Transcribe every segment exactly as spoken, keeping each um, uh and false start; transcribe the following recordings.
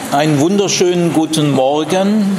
Einen wunderschönen guten Morgen.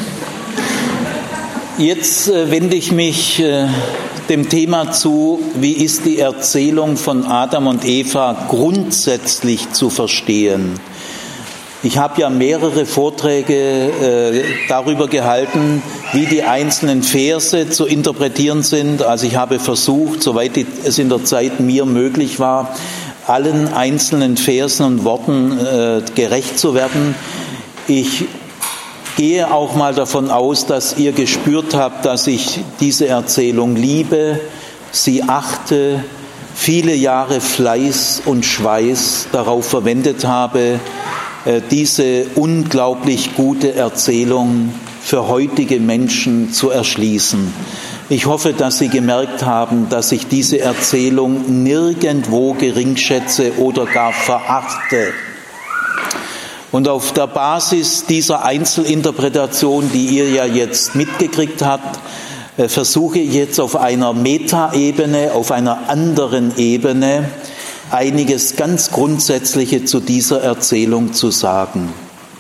Jetzt äh, wende ich mich äh, dem Thema zu, wie ist die Erzählung von Adam und Eva grundsätzlich zu verstehen. Ich habe ja mehrere Vorträge äh, darüber gehalten, wie die einzelnen Verse zu interpretieren sind. Also ich habe versucht, soweit es in der Zeit mir möglich war, allen einzelnen Versen und Worten äh, gerecht zu werden. Ich gehe auch mal davon aus, dass ihr gespürt habt, dass ich diese Erzählung liebe, sie achte, viele Jahre Fleiß und Schweiß darauf verwendet habe, diese unglaublich gute Erzählung für heutige Menschen zu erschließen. Ich hoffe, dass Sie gemerkt haben, dass ich diese Erzählung nirgendwo geringschätze oder gar verachte. Und auf der Basis dieser Einzelinterpretation, die ihr ja jetzt mitgekriegt habt, versuche ich jetzt auf einer Metaebene, auf einer anderen Ebene, einiges ganz Grundsätzliche zu dieser Erzählung zu sagen.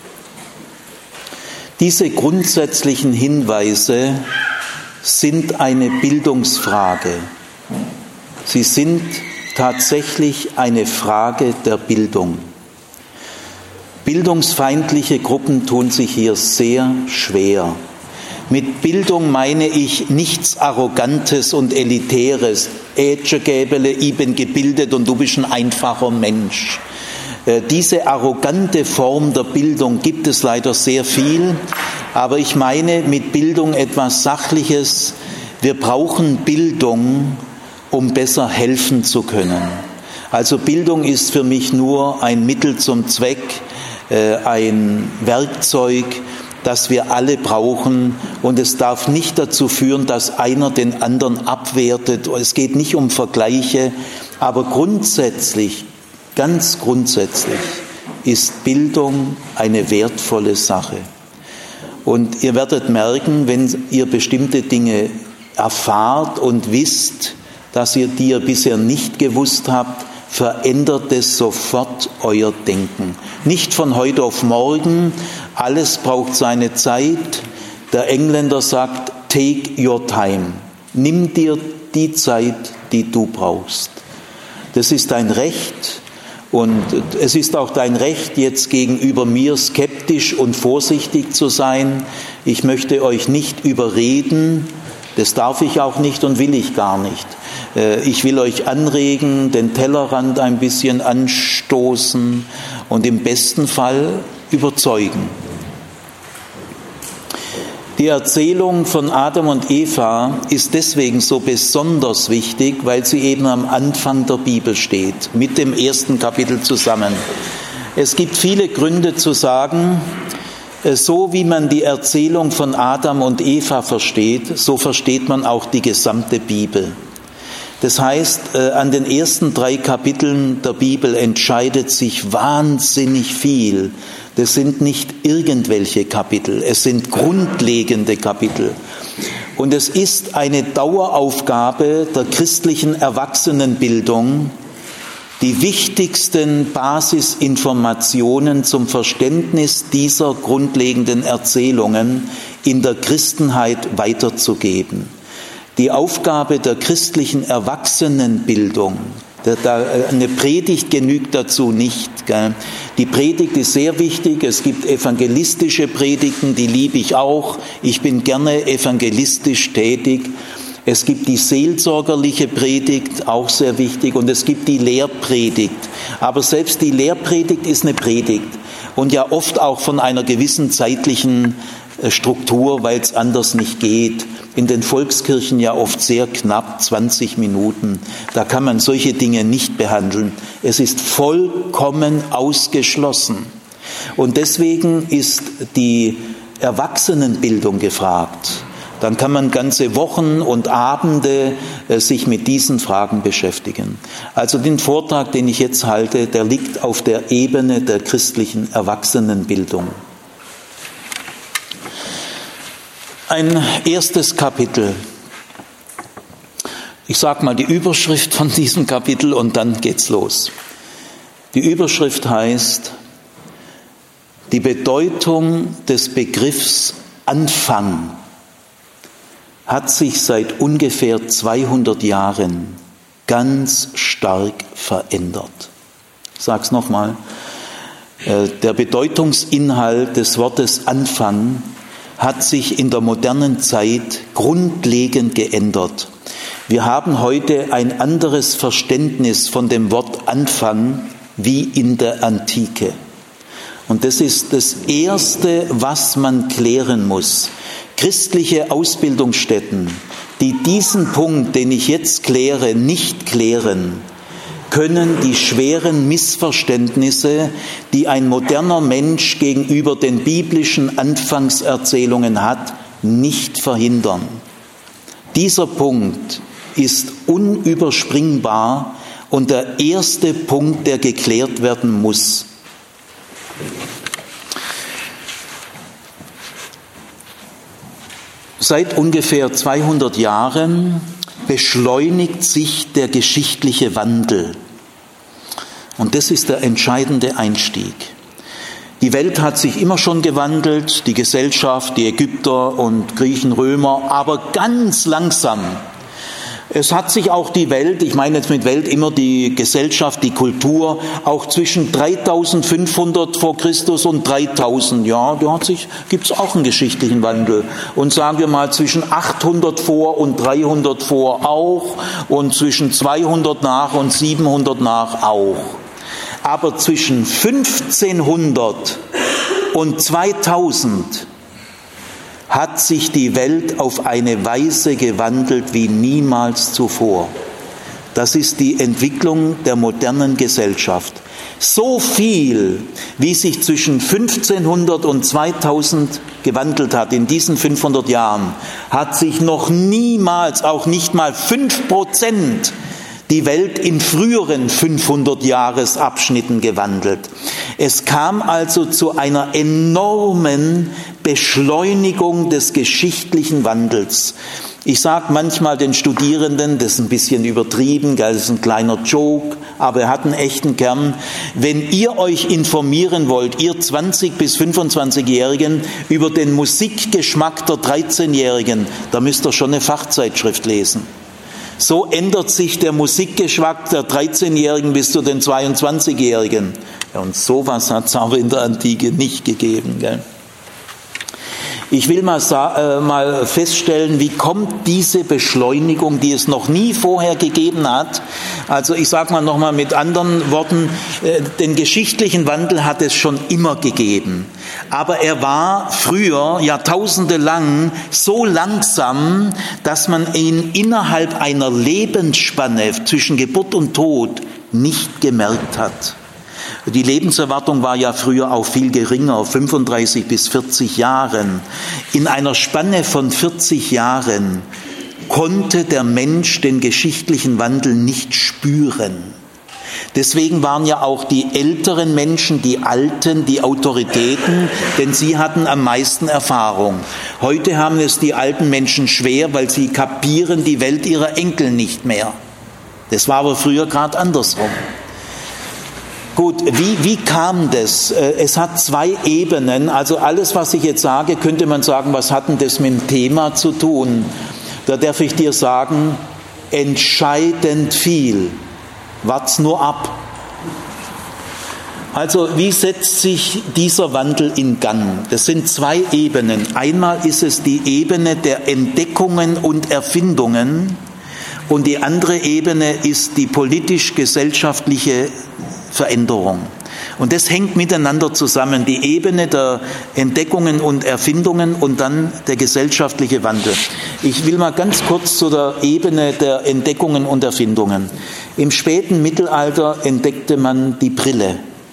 Diese grundsätzlichen Hinweise sind eine Bildungsfrage. Sie sind tatsächlich eine Frage der Bildung. Bildungsfeindliche Gruppen tun sich hier sehr schwer. Mit Bildung meine ich nichts Arrogantes und Elitäres. Ätsche Gäbele, ich bin gebildet und du bist ein einfacher Mensch. Diese arrogante Form der Bildung gibt es leider sehr viel. Aber ich meine mit Bildung etwas Sachliches. Wir brauchen Bildung, um besser helfen zu können. Also Bildung ist für mich nur ein Mittel zum Zweck, ein Werkzeug, das wir alle brauchen, und es darf nicht dazu führen, dass einer den anderen abwertet. Es geht nicht um Vergleiche, aber grundsätzlich, ganz grundsätzlich ist Bildung eine wertvolle Sache. Und ihr werdet merken, wenn ihr bestimmte Dinge erfahrt und wisst, dass ihr die ihr bisher nicht gewusst habt, verändert es sofort euer Denken. Nicht von heute auf morgen, alles braucht seine Zeit. Der Engländer sagt, take your time. Nimm dir die Zeit, die du brauchst. Das ist dein Recht, und es ist auch dein Recht, jetzt gegenüber mir skeptisch und vorsichtig zu sein. Ich möchte euch nicht überreden, das darf ich auch nicht und will ich gar nicht. Ich will euch anregen, den Tellerrand ein bisschen anstoßen und im besten Fall überzeugen. Die Erzählung von Adam und Eva ist deswegen so besonders wichtig, weil sie eben am Anfang der Bibel steht, mit dem ersten Kapitel zusammen. Es gibt viele Gründe zu sagen, so wie man die Erzählung von Adam und Eva versteht, so versteht man auch die gesamte Bibel. Das heißt, an den ersten drei Kapiteln der Bibel entscheidet sich wahnsinnig viel. Das sind nicht irgendwelche Kapitel, es sind grundlegende Kapitel. Und es ist eine Daueraufgabe der christlichen Erwachsenenbildung, die wichtigsten Basisinformationen zum Verständnis dieser grundlegenden Erzählungen in der Christenheit weiterzugeben. Die Aufgabe der christlichen Erwachsenenbildung, eine Predigt genügt dazu nicht. Die Predigt ist sehr wichtig, es gibt evangelistische Predigten, die liebe ich auch. Ich bin gerne evangelistisch tätig. Es gibt die seelsorgerliche Predigt, auch sehr wichtig, und es gibt die Lehrpredigt. Aber selbst die Lehrpredigt ist eine Predigt und ja oft auch von einer gewissen zeitlichen Struktur, weil es anders nicht geht. In den Volkskirchen ja oft sehr knapp, zwanzig Minuten. Da kann man solche Dinge nicht behandeln. Es ist vollkommen ausgeschlossen. Und deswegen ist die Erwachsenenbildung gefragt. Dann kann man ganze Wochen und Abende äh, sich mit diesen Fragen beschäftigen. Also den Vortrag, den ich jetzt halte, der liegt auf der Ebene der christlichen Erwachsenenbildung. Ein erstes Kapitel. Ich sage mal die Überschrift von diesem Kapitel und dann geht's los. Die Überschrift heißt: Die Bedeutung des Begriffs Anfang hat sich seit ungefähr zweihundert Jahren ganz stark verändert. Ich sage es nochmal. Der Bedeutungsinhalt des Wortes Anfang hat sich in der modernen Zeit grundlegend geändert. Wir haben heute ein anderes Verständnis von dem Wort Anfang wie in der Antike. Und das ist das Erste, was man klären muss. Christliche Ausbildungsstätten, die diesen Punkt, den ich jetzt kläre, nicht klären, können die schweren Missverständnisse, die ein moderner Mensch gegenüber den biblischen Anfangserzählungen hat, nicht verhindern. Dieser Punkt ist unüberspringbar und der erste Punkt, der geklärt werden muss. Seit ungefähr zweihundert Jahren beschleunigt sich der geschichtliche Wandel. Und das ist der entscheidende Einstieg. Die Welt hat sich immer schon gewandelt, die Gesellschaft, die Ägypter und Griechen, Römer, aber ganz langsam. Es hat sich auch die Welt, ich meine jetzt mit Welt immer die Gesellschaft, die Kultur, auch zwischen dreitausendfünfhundert vor Christus und dreitausend, ja, da hat sich, gibt's auch einen geschichtlichen Wandel. Und sagen wir mal zwischen achthundert vor und dreihundert vor auch und zwischen zweihundert nach und siebenhundert nach auch. Aber zwischen fünfzehnhundert und zweitausend hat sich die Welt auf eine Weise gewandelt wie niemals zuvor. Das ist die Entwicklung der modernen Gesellschaft. So viel, wie sich zwischen fünfzehnhundert und zweitausend gewandelt hat in diesen fünfhundert Jahren, hat sich noch niemals, auch nicht mal fünf Prozent, die Welt in früheren fünfhundert-Jahresabschnitten gewandelt. Es kam also zu einer enormen Beschleunigung des geschichtlichen Wandels. Ich sage manchmal den Studierenden, das ist ein bisschen übertrieben, das ist ein kleiner Joke, aber er hat einen echten Kern. Wenn ihr euch informieren wollt, ihr zwanzig- bis fünfundzwanzigjährigen, über den Musikgeschmack der dreizehnjährigen, da müsst ihr schon eine Fachzeitschrift lesen. So ändert sich der Musikgeschmack der dreizehnjährigen bis zu den zweiundzwanzigjährigen. Ja, und sowas hat es aber in der Antike nicht gegeben. Gell? Ich will mal, äh, mal feststellen, wie kommt diese Beschleunigung, die es noch nie vorher gegeben hat. Also ich sage mal nochmal mit anderen Worten, äh, den geschichtlichen Wandel hat es schon immer gegeben. Aber er war früher, Jahrtausende lang, so langsam, dass man ihn innerhalb einer Lebensspanne zwischen Geburt und Tod nicht gemerkt hat. Die Lebenserwartung war ja früher auch viel geringer, fünfunddreißig bis vierzig Jahren. In einer Spanne von vierzig Jahren konnte der Mensch den geschichtlichen Wandel nicht spüren. Deswegen waren ja auch die älteren Menschen, die Alten, die Autoritäten, denn sie hatten am meisten Erfahrung. Heute haben es die alten Menschen schwer, weil sie kapieren die Welt ihrer Enkel nicht mehr. Das war aber früher gerade andersrum. Gut, wie, wie kam das? Es hat zwei Ebenen, also alles, was ich jetzt sage, könnte man sagen, was hat denn das mit dem Thema zu tun? Da darf ich dir sagen, entscheidend viel. Wart's nur ab. Also, wie setzt sich dieser Wandel in Gang? Das sind zwei Ebenen. Einmal ist es die Ebene der Entdeckungen und Erfindungen und die andere Ebene ist die politisch-gesellschaftliche Veränderung. Und das hängt miteinander zusammen, die Ebene der Entdeckungen und Erfindungen und dann der gesellschaftliche Wandel. Ich will mal ganz kurz zu der Ebene der Entdeckungen und Erfindungen. Im späten Mittelalter entdeckte man die Brille.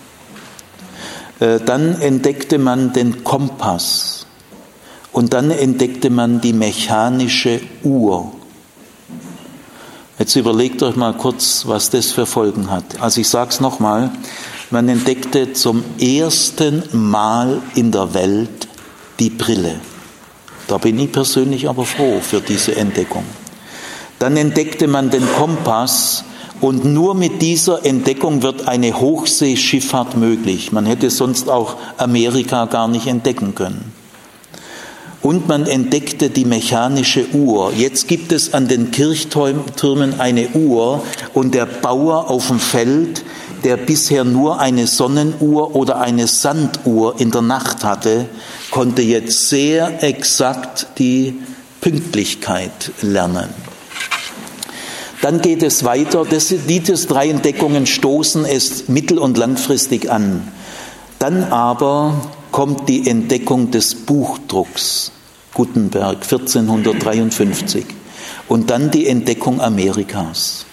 Dann entdeckte man den Kompass. Und dann entdeckte man die mechanische Uhr. Jetzt überlegt euch mal kurz, was das für Folgen hat. Also ich sage es nochmal, man entdeckte zum ersten Mal in der Welt die Brille. Da bin ich persönlich aber froh für diese Entdeckung. Dann entdeckte man den Kompass Und nur mit dieser Entdeckung wird eine Hochseeschifffahrt möglich. Man hätte sonst auch Amerika gar nicht entdecken können. Und man entdeckte die mechanische Uhr. Jetzt gibt es an den Kirchtürmen eine Uhr und der Bauer auf dem Feld, der bisher nur eine Sonnenuhr oder eine Sanduhr in der Nacht hatte, konnte jetzt sehr exakt die Pünktlichkeit lernen. Dann geht es weiter. Diese drei Entdeckungen stoßen es mittel- und langfristig an. Dann aber kommt die Entdeckung des Buchdrucks. Gutenberg, vierzehnhundertdreiundfünfzig. Und dann die Entdeckung Amerikas.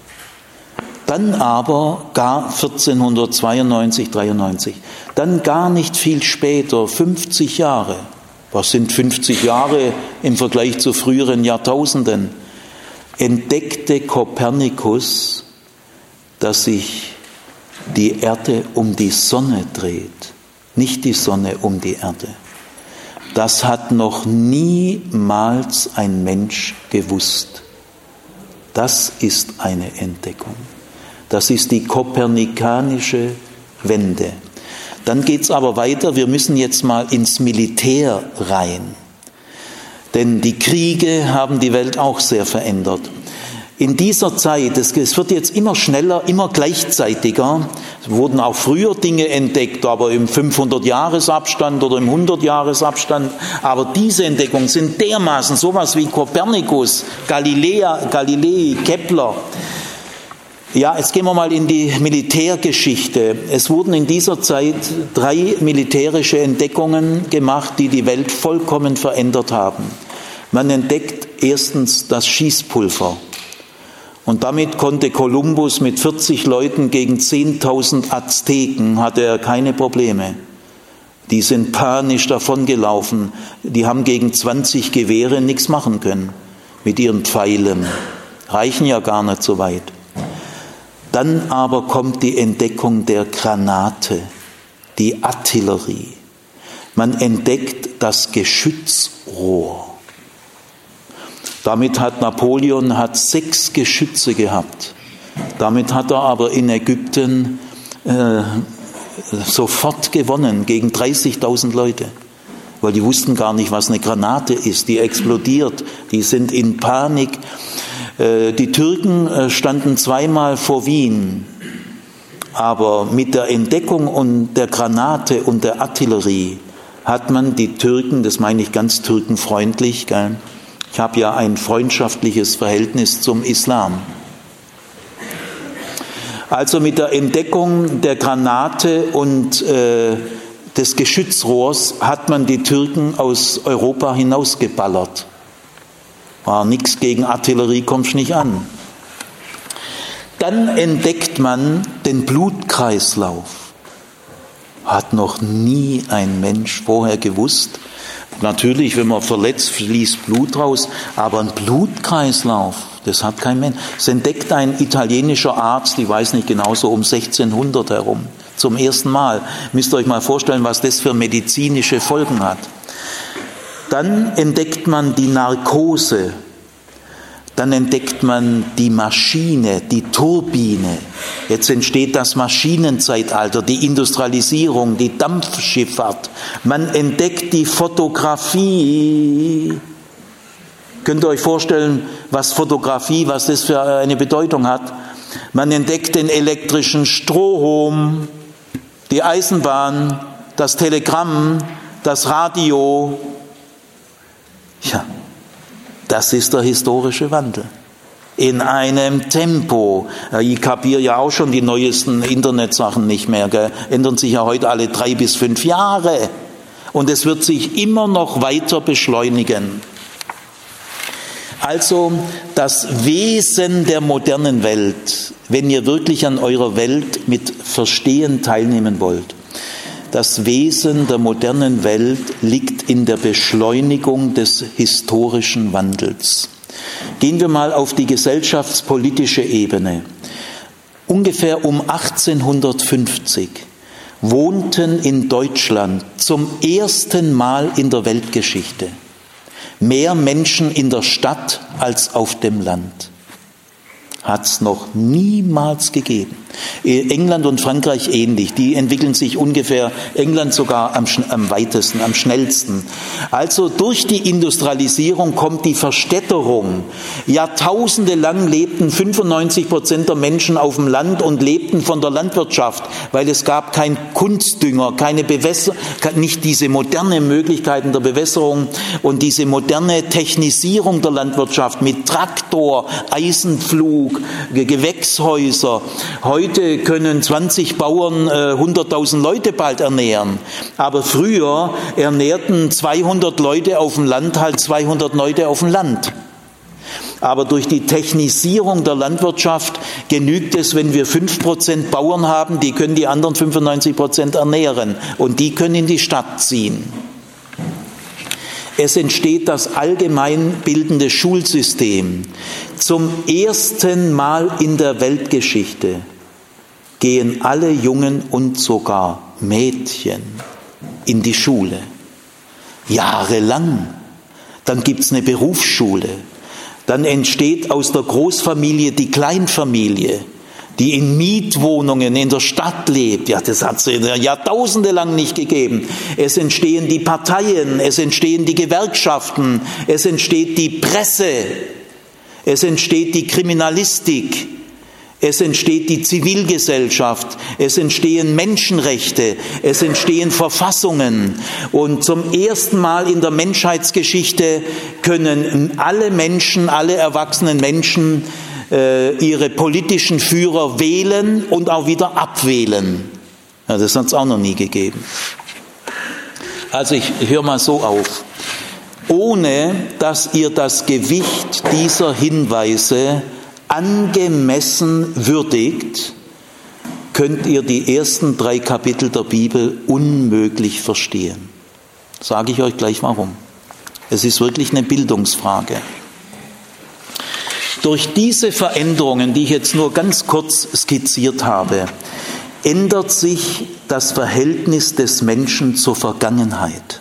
Dann aber gar vierzehnhundertzweiundneunzig, dreiundneunzig. Dann gar nicht viel später, fünfzig Jahre. Was sind fünfzig Jahre im Vergleich zu früheren Jahrtausenden? Entdeckte Kopernikus, dass sich die Erde um die Sonne dreht, nicht die Sonne um die Erde. Das hat noch niemals ein Mensch gewusst. Das ist eine Entdeckung. Das ist die kopernikanische Wende. Dann geht es aber weiter. Wir müssen jetzt mal ins Militär rein. Denn die Kriege haben die Welt auch sehr verändert. In dieser Zeit, es wird jetzt immer schneller, immer gleichzeitiger, es wurden auch früher Dinge entdeckt, aber im fünfhundert-Jahres-Abstand oder im hundert-Jahres-Abstand. Aber diese Entdeckungen sind dermaßen sowas wie Kopernikus, Galilea, Galilei, Kepler. Ja, jetzt gehen wir mal in die Militärgeschichte. Es wurden in dieser Zeit drei militärische Entdeckungen gemacht, die die Welt vollkommen verändert haben. Man entdeckt erstens das Schießpulver. Und damit konnte Kolumbus mit vierzig Leuten gegen zehntausend Azteken, hatte er keine Probleme. Die sind panisch davongelaufen. Die haben gegen zwanzig Gewehre nichts machen können mit ihren Pfeilen. Reichen ja gar nicht so weit. Dann aber kommt die Entdeckung der Granate, die Artillerie. Man entdeckt das Geschützrohr. Damit hat Napoleon hat sechs Geschütze gehabt. Damit hat er aber in Ägypten äh, sofort gewonnen gegen dreißigtausend Leute, weil die wussten gar nicht, was eine Granate ist. Die explodiert, die sind in Panik. Äh, die Türken äh, standen zweimal vor Wien, aber mit der Entdeckung und der Granate und der Artillerie hat man die Türken, das meine ich ganz türkenfreundlich, gell? Ich habe ja ein freundschaftliches Verhältnis zum Islam. Also mit der Entdeckung der Granate und äh, des Geschützrohrs hat man die Türken aus Europa hinausgeballert. War nichts gegen Artillerie, kommt nicht an. Dann entdeckt man den Blutkreislauf. Hat noch nie ein Mensch vorher gewusst. Natürlich, wenn man verletzt, fließt Blut raus, aber ein Blutkreislauf, das hat kein Mensch. Es entdeckt ein italienischer Arzt, ich weiß nicht genau, so um sechzehnhundert herum, zum ersten Mal. Müsst ihr euch mal vorstellen, was das für medizinische Folgen hat. Dann entdeckt man die Narkose. Dann entdeckt man die Maschine, die Turbine. Jetzt entsteht das Maschinenzeitalter, die Industrialisierung, die Dampfschifffahrt. Man entdeckt die Fotografie. Könnt ihr euch vorstellen, was Fotografie, was das für eine Bedeutung hat? Man entdeckt den elektrischen Strom, die Eisenbahn, das Telegramm, das Radio. Ja. Das ist der historische Wandel. In einem Tempo. Ich kapiere ja auch schon die neuesten Internetsachen nicht mehr. Gell? Ändern sich ja heute alle drei bis fünf Jahre. Und es wird sich immer noch weiter beschleunigen. Also das Wesen der modernen Welt, wenn ihr wirklich an eurer Welt mit Verstehen teilnehmen wollt, das Wesen der modernen Welt liegt in der Beschleunigung des historischen Wandels. Gehen wir mal auf die gesellschaftspolitische Ebene. Ungefähr um achtzehnhundertfünfzig wohnten in Deutschland zum ersten Mal in der Weltgeschichte mehr Menschen in der Stadt als auf dem Land. hat es noch niemals gegeben. England und Frankreich ähnlich, die entwickeln sich ungefähr, England sogar am, am weitesten, am schnellsten. Also durch die Industrialisierung kommt die Verstädterung. Jahrtausende lang lebten fünfundneunzig Prozent der Menschen auf dem Land und lebten von der Landwirtschaft, weil es gab kein Kunstdünger, keine Bewässerung, nicht diese moderne Möglichkeiten der Bewässerung und diese moderne Technisierung der Landwirtschaft mit Traktor, Eisenpflug, Gewächshäuser. Heute Heute können zwanzig Bauern äh, hunderttausend Leute bald ernähren. Aber früher ernährten zweihundert Leute auf dem Land halt zweihundert Leute auf dem Land. Aber durch die Technisierung der Landwirtschaft genügt es, wenn wir fünf Prozent Bauern haben, die können die anderen fünfundneunzig Prozent ernähren. Und die können in die Stadt ziehen. Es entsteht das allgemeinbildende Schulsystem. Zum ersten Mal in der Weltgeschichte gehen alle Jungen und sogar Mädchen in die Schule. Jahrelang. Dann gibt's eine Berufsschule. Dann entsteht aus der Großfamilie die Kleinfamilie, die in Mietwohnungen in der Stadt lebt. Ja, das hat es Jahrtausende lang nicht gegeben. Es entstehen die Parteien, es entstehen die Gewerkschaften, es entsteht die Presse, es entsteht die Kriminalistik. Es entsteht die Zivilgesellschaft, es entstehen Menschenrechte, es entstehen Verfassungen. Und zum ersten Mal in der Menschheitsgeschichte können alle Menschen, alle erwachsenen Menschen äh, ihre politischen Führer wählen und auch wieder abwählen. Ja, das hat es auch noch nie gegeben. Also ich höre mal so auf. Ohne dass ihr das Gewicht dieser Hinweise angemessen würdigt, könnt ihr die ersten drei Kapitel der Bibel unmöglich verstehen. Sage ich euch gleich warum. Es ist wirklich eine Bildungsfrage. Durch diese Veränderungen, die ich jetzt nur ganz kurz skizziert habe, ändert sich das Verhältnis des Menschen zur Vergangenheit.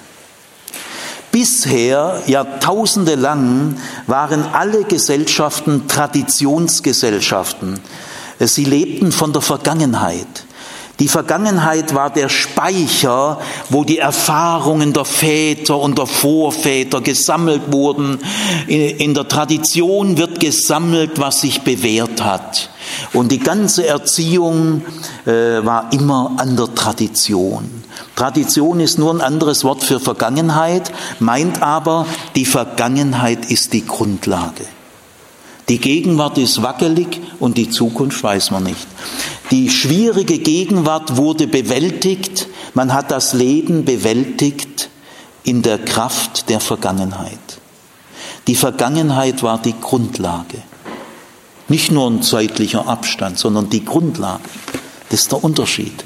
Bisher, Jahrtausende lang, waren alle Gesellschaften Traditionsgesellschaften. Sie lebten von der Vergangenheit. Die Vergangenheit war der Speicher, wo die Erfahrungen der Väter und der Vorväter gesammelt wurden. In der Tradition wird gesammelt, was sich bewährt hat. Und die ganze Erziehung äh, war immer an der Tradition. Tradition ist nur ein anderes Wort für Vergangenheit, meint aber, die Vergangenheit ist die Grundlage. Die Gegenwart ist wackelig und die Zukunft weiß man nicht. Die schwierige Gegenwart wurde bewältigt, man hat das Leben bewältigt in der Kraft der Vergangenheit. Die Vergangenheit war die Grundlage. Nicht nur ein zeitlicher Abstand, sondern die Grundlage. Das ist der Unterschied.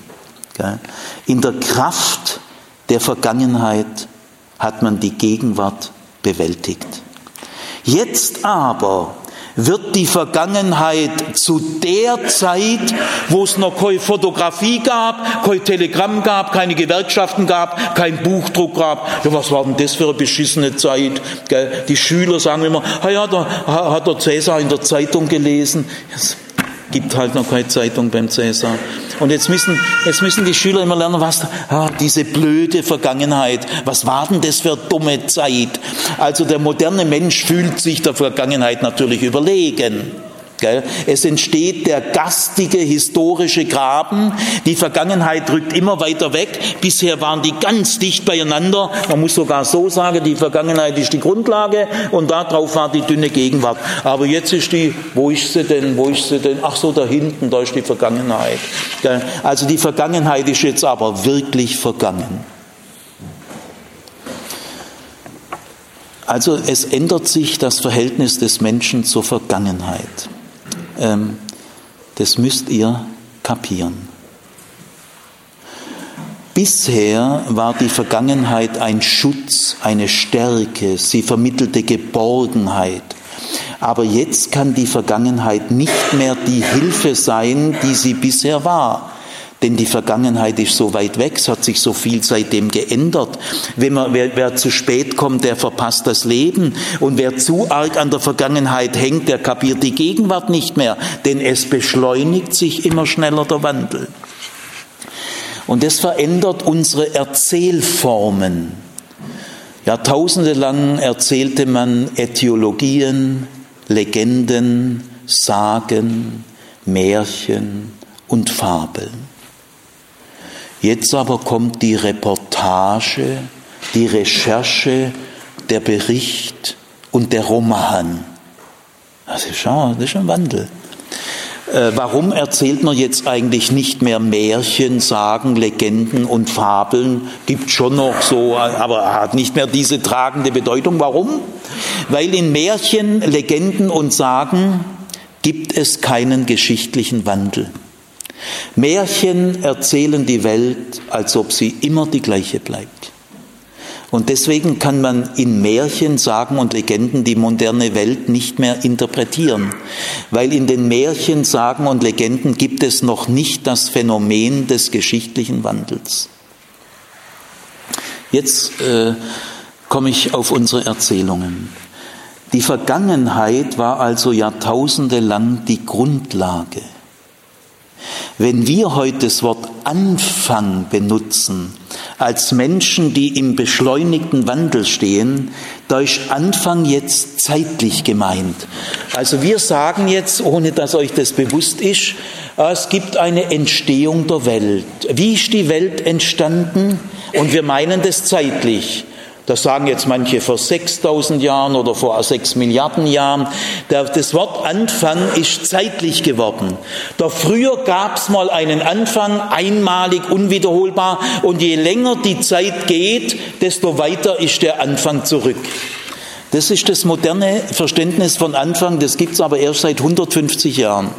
In der Kraft der Vergangenheit hat man die Gegenwart bewältigt. Jetzt aber wird die Vergangenheit zu der Zeit, wo es noch keine Fotografie gab, kein Telegramm gab, keine Gewerkschaften gab, kein Buchdruck gab. Ja, was war denn das für eine beschissene Zeit? Die Schüler sagen immer, ah ja, da hat der Cäsar in der Zeitung gelesen. Es gibt halt noch keine Zeitung beim Cäsar. Und jetzt müssen, jetzt müssen die Schüler immer lernen, was, ah, diese blöde Vergangenheit, was war denn das für eine dumme Zeit? Also der moderne Mensch fühlt sich der Vergangenheit natürlich überlegen. Es entsteht der gastige historische Graben. Die Vergangenheit rückt immer weiter weg. Bisher waren die ganz dicht beieinander. Man muss sogar so sagen, die Vergangenheit ist die Grundlage und darauf war die dünne Gegenwart. Aber jetzt ist die, wo ist sie denn, wo ist sie denn? Ach so, da hinten, da ist die Vergangenheit. Also die Vergangenheit ist jetzt aber wirklich vergangen. Also es ändert sich das Verhältnis des Menschen zur Vergangenheit. Das müsst ihr kapieren. Bisher war die Vergangenheit ein Schutz, eine Stärke, sie vermittelte Geborgenheit. Aber jetzt kann die Vergangenheit nicht mehr die Hilfe sein, die sie bisher war. Denn die Vergangenheit ist so weit weg, es hat sich so viel seitdem geändert. Wenn man, wer, wer zu spät kommt, der verpasst das Leben. Und wer zu arg an der Vergangenheit hängt, der kapiert die Gegenwart nicht mehr, denn es beschleunigt sich immer schneller der Wandel. Und das verändert unsere Erzählformen. Jahrtausende lang erzählte man Äthiologien, Legenden, Sagen, Märchen und Fabeln. Jetzt aber kommt die Reportage, die Recherche, der Bericht und der Roman. Das ist schon, das ist ein Wandel. Äh, warum erzählt man jetzt eigentlich nicht mehr Märchen, Sagen, Legenden und Fabeln? Gibt schon noch so, aber hat nicht mehr diese tragende Bedeutung. Warum? Weil in Märchen, Legenden und Sagen gibt es keinen geschichtlichen Wandel. Märchen erzählen die Welt, als ob sie immer die gleiche bleibt. Und deswegen kann man in Märchen, Sagen und Legenden die moderne Welt nicht mehr interpretieren, weil in den Märchen, Sagen und Legenden gibt es noch nicht das Phänomen des geschichtlichen Wandels. Jetzt äh, komme ich auf unsere Erzählungen. Die Vergangenheit war also jahrtausende lang die Grundlage. Wenn wir heute das Wort Anfang benutzen, als Menschen, die im beschleunigten Wandel stehen, da ist Anfang jetzt zeitlich gemeint. Also wir sagen jetzt, ohne dass euch das bewusst ist, es gibt eine Entstehung der Welt. Wie ist die Welt entstanden? Und wir meinen das zeitlich. Das sagen jetzt manche vor sechstausend Jahren oder vor sechs Milliarden Jahren. Das Wort Anfang ist zeitlich geworden. Doch früher gab es mal einen Anfang, einmalig, unwiederholbar. Und je länger die Zeit geht, desto weiter ist der Anfang zurück. Das ist das moderne Verständnis von Anfang, das gibt es aber erst seit hundertfünfzig Jahren.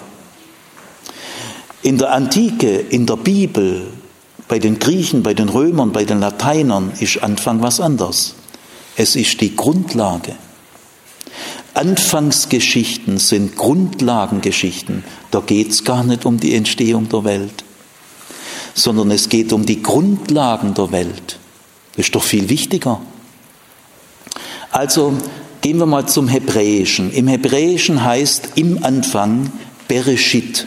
In der Antike, in der Bibel, bei den Griechen, bei den Römern, bei den Lateinern ist Anfang was anderes. Es ist die Grundlage. Anfangsgeschichten sind Grundlagengeschichten. Da geht es gar nicht um die Entstehung der Welt, sondern es geht um die Grundlagen der Welt. Das ist doch viel wichtiger. Also gehen wir mal zum Hebräischen. Im Hebräischen heißt im Anfang Bereshit.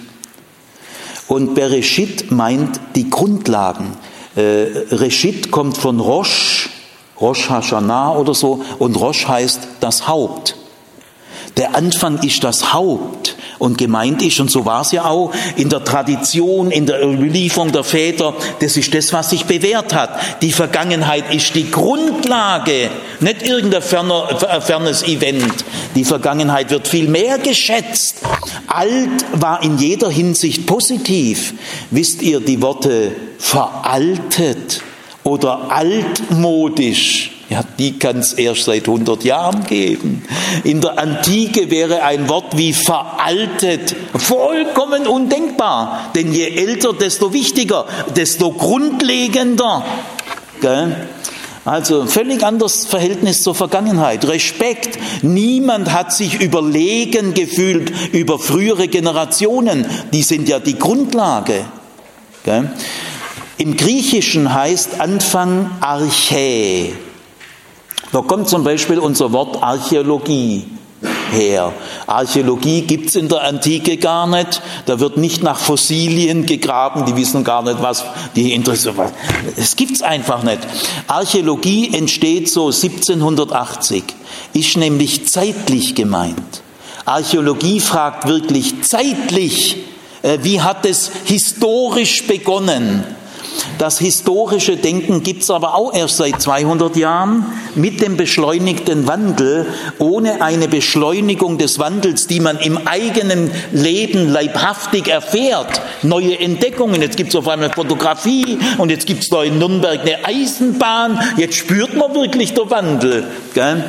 Und Bereshit meint die Grundlagen. Äh, Reshit kommt von Rosh, Rosh Hashanah oder so, und Rosh heißt das Haupt. Der Anfang ist das Haupt und gemeint ist, und so war es ja auch in der Tradition, in der Überlieferung der Väter, das ist das, was sich bewährt hat. Die Vergangenheit ist die Grundlage, nicht irgendein ferner, fernes Event. Die Vergangenheit wird viel mehr geschätzt. Alt war in jeder Hinsicht positiv. Wisst ihr, die Worte veraltet oder altmodisch, ja, die kann es erst seit hundert Jahren geben. In der Antike wäre ein Wort wie veraltet vollkommen undenkbar. Denn je älter, desto wichtiger, desto grundlegender. Gell? Also völlig anderes Verhältnis zur Vergangenheit. Respekt. Niemand hat sich überlegen gefühlt über frühere Generationen. Die sind ja die Grundlage. Gell? Im Griechischen heißt Anfang Archä. Da kommt zum Beispiel unser Wort Archäologie her. Archäologie gibt es in der Antike gar nicht. Da wird nicht nach Fossilien gegraben. Die wissen gar nicht, was die interessiert. Es gibt es einfach nicht. Archäologie entsteht so siebzehnhundertachtzig. Ist nämlich zeitlich gemeint. Archäologie fragt wirklich zeitlich, wie hat es historisch begonnen? Das historische Denken gibt es aber auch erst seit zweihundert Jahren mit dem beschleunigten Wandel. Ohne eine Beschleunigung des Wandels, die man im eigenen Leben leibhaftig erfährt, neue Entdeckungen. Jetzt gibt es auf einmal Fotografie und jetzt gibt es da in Nürnberg eine Eisenbahn. Jetzt spürt man wirklich den Wandel. Gell?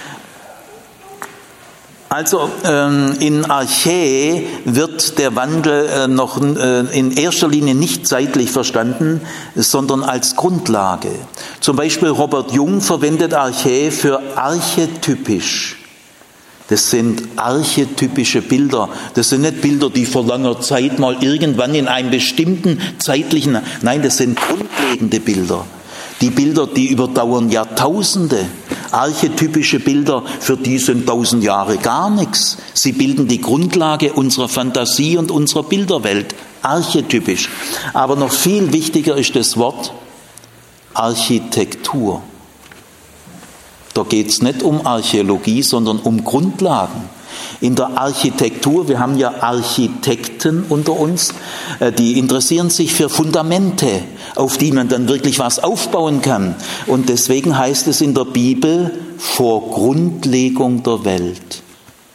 Also ähm, in Archä wird der Wandel äh, noch äh, in erster Linie nicht zeitlich verstanden, sondern als Grundlage. Zum Beispiel Robert Jung verwendet Archä für archetypisch. Das sind archetypische Bilder. Das sind nicht Bilder, die vor langer Zeit mal irgendwann in einem bestimmten zeitlichen... Nein, das sind grundlegende Bilder. Die Bilder, die überdauern Jahrtausende. Archetypische Bilder, für die sind tausend Jahre gar nichts. Sie bilden die Grundlage unserer Fantasie und unserer Bilderwelt. Archetypisch. Aber noch viel wichtiger ist das Wort Architektur. Da geht es nicht um Archäologie, sondern um Grundlagen. In der Architektur, wir haben ja Architekten unter uns, die interessieren sich für Fundamente, auf die man dann wirklich was aufbauen kann. Und deswegen heißt es in der Bibel, vor Grundlegung der Welt.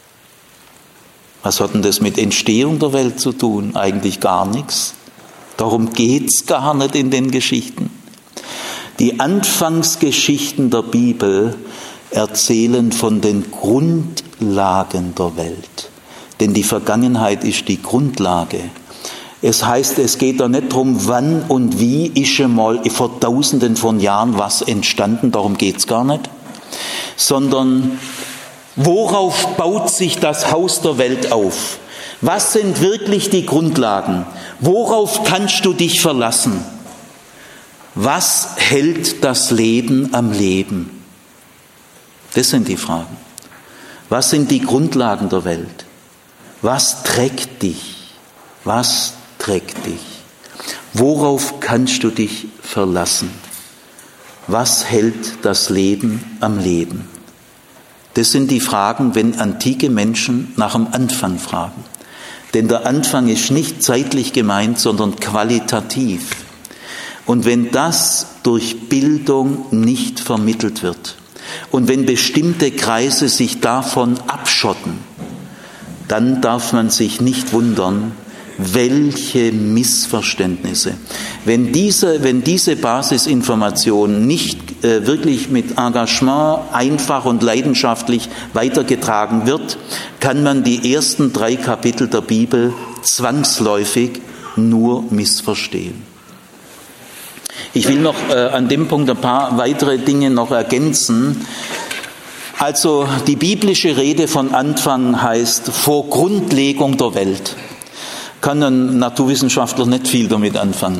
Was hat denn das mit Entstehung der Welt zu tun? Eigentlich gar nichts. Darum geht es gar nicht in den Geschichten. Die Anfangsgeschichten der Bibel erzählen von den Grundlagen der Welt. Denn die Vergangenheit ist die Grundlage. Es heißt, es geht da nicht darum, wann und wie ist schon mal vor Tausenden von Jahren was entstanden, darum geht es gar nicht. Sondern worauf baut sich das Haus der Welt auf? Was sind wirklich die Grundlagen? Worauf kannst du dich verlassen? Was hält das Leben am Leben? Das sind die Fragen. Was sind die Grundlagen der Welt? Was trägt dich? Was trägt dich? Worauf kannst du dich verlassen? Was hält das Leben am Leben? Das sind die Fragen, wenn antike Menschen nach dem Anfang fragen. Denn der Anfang ist nicht zeitlich gemeint, sondern qualitativ. Und wenn das durch Bildung nicht vermittelt wird und wenn bestimmte Kreise sich davon abschotten, dann darf man sich nicht wundern, welche Missverständnisse. Wenn diese, wenn diese Basisinformation nicht äh, wirklich mit Engagement einfach und leidenschaftlich weitergetragen wird, kann man die ersten drei Kapitel der Bibel zwangsläufig nur missverstehen. Ich will noch äh, an dem Punkt ein paar weitere Dinge noch ergänzen. Also die biblische Rede von Anfang heißt vor Grundlegung der Welt. Kann ein Naturwissenschaftler nicht viel damit anfangen.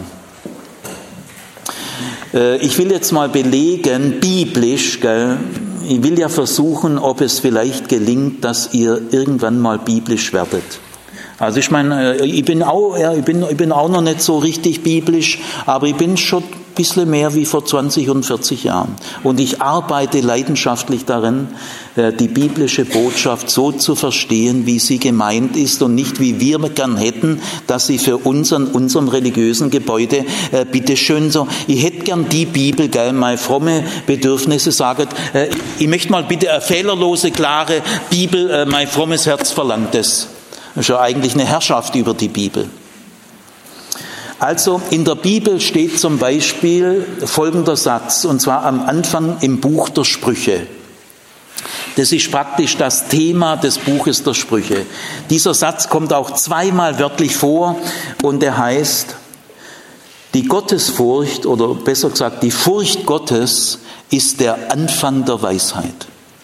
Äh, ich will jetzt mal belegen, biblisch, gell, ich will ja versuchen, ob es vielleicht gelingt, dass ihr irgendwann mal biblisch werdet. Also ich meine, ich bin auch, ja, ich bin, ich bin auch noch nicht so richtig biblisch, aber ich bin schon ein bisschen mehr wie vor zwanzig und vierzig Jahren. Und ich arbeite leidenschaftlich darin, die biblische Botschaft so zu verstehen, wie sie gemeint ist und nicht wie wir gern hätten, dass sie für uns an unserem religiösen Gebäude äh, bitteschön so, ich hätte gern die Bibel, gell, meine fromme Bedürfnisse sagt, äh, ich möchte mal bitte eine fehlerlose, klare Bibel, äh, mein frommes Herz verlangt es. Das ist ja eigentlich eine Herrschaft über die Bibel. Also in der Bibel steht zum Beispiel folgender Satz, und zwar am Anfang im Buch der Sprüche. Das ist praktisch das Thema des Buches der Sprüche. Dieser Satz kommt auch zweimal wörtlich vor und er heißt, die Gottesfurcht, oder besser gesagt, die Furcht Gottes ist der Anfang der Weisheit.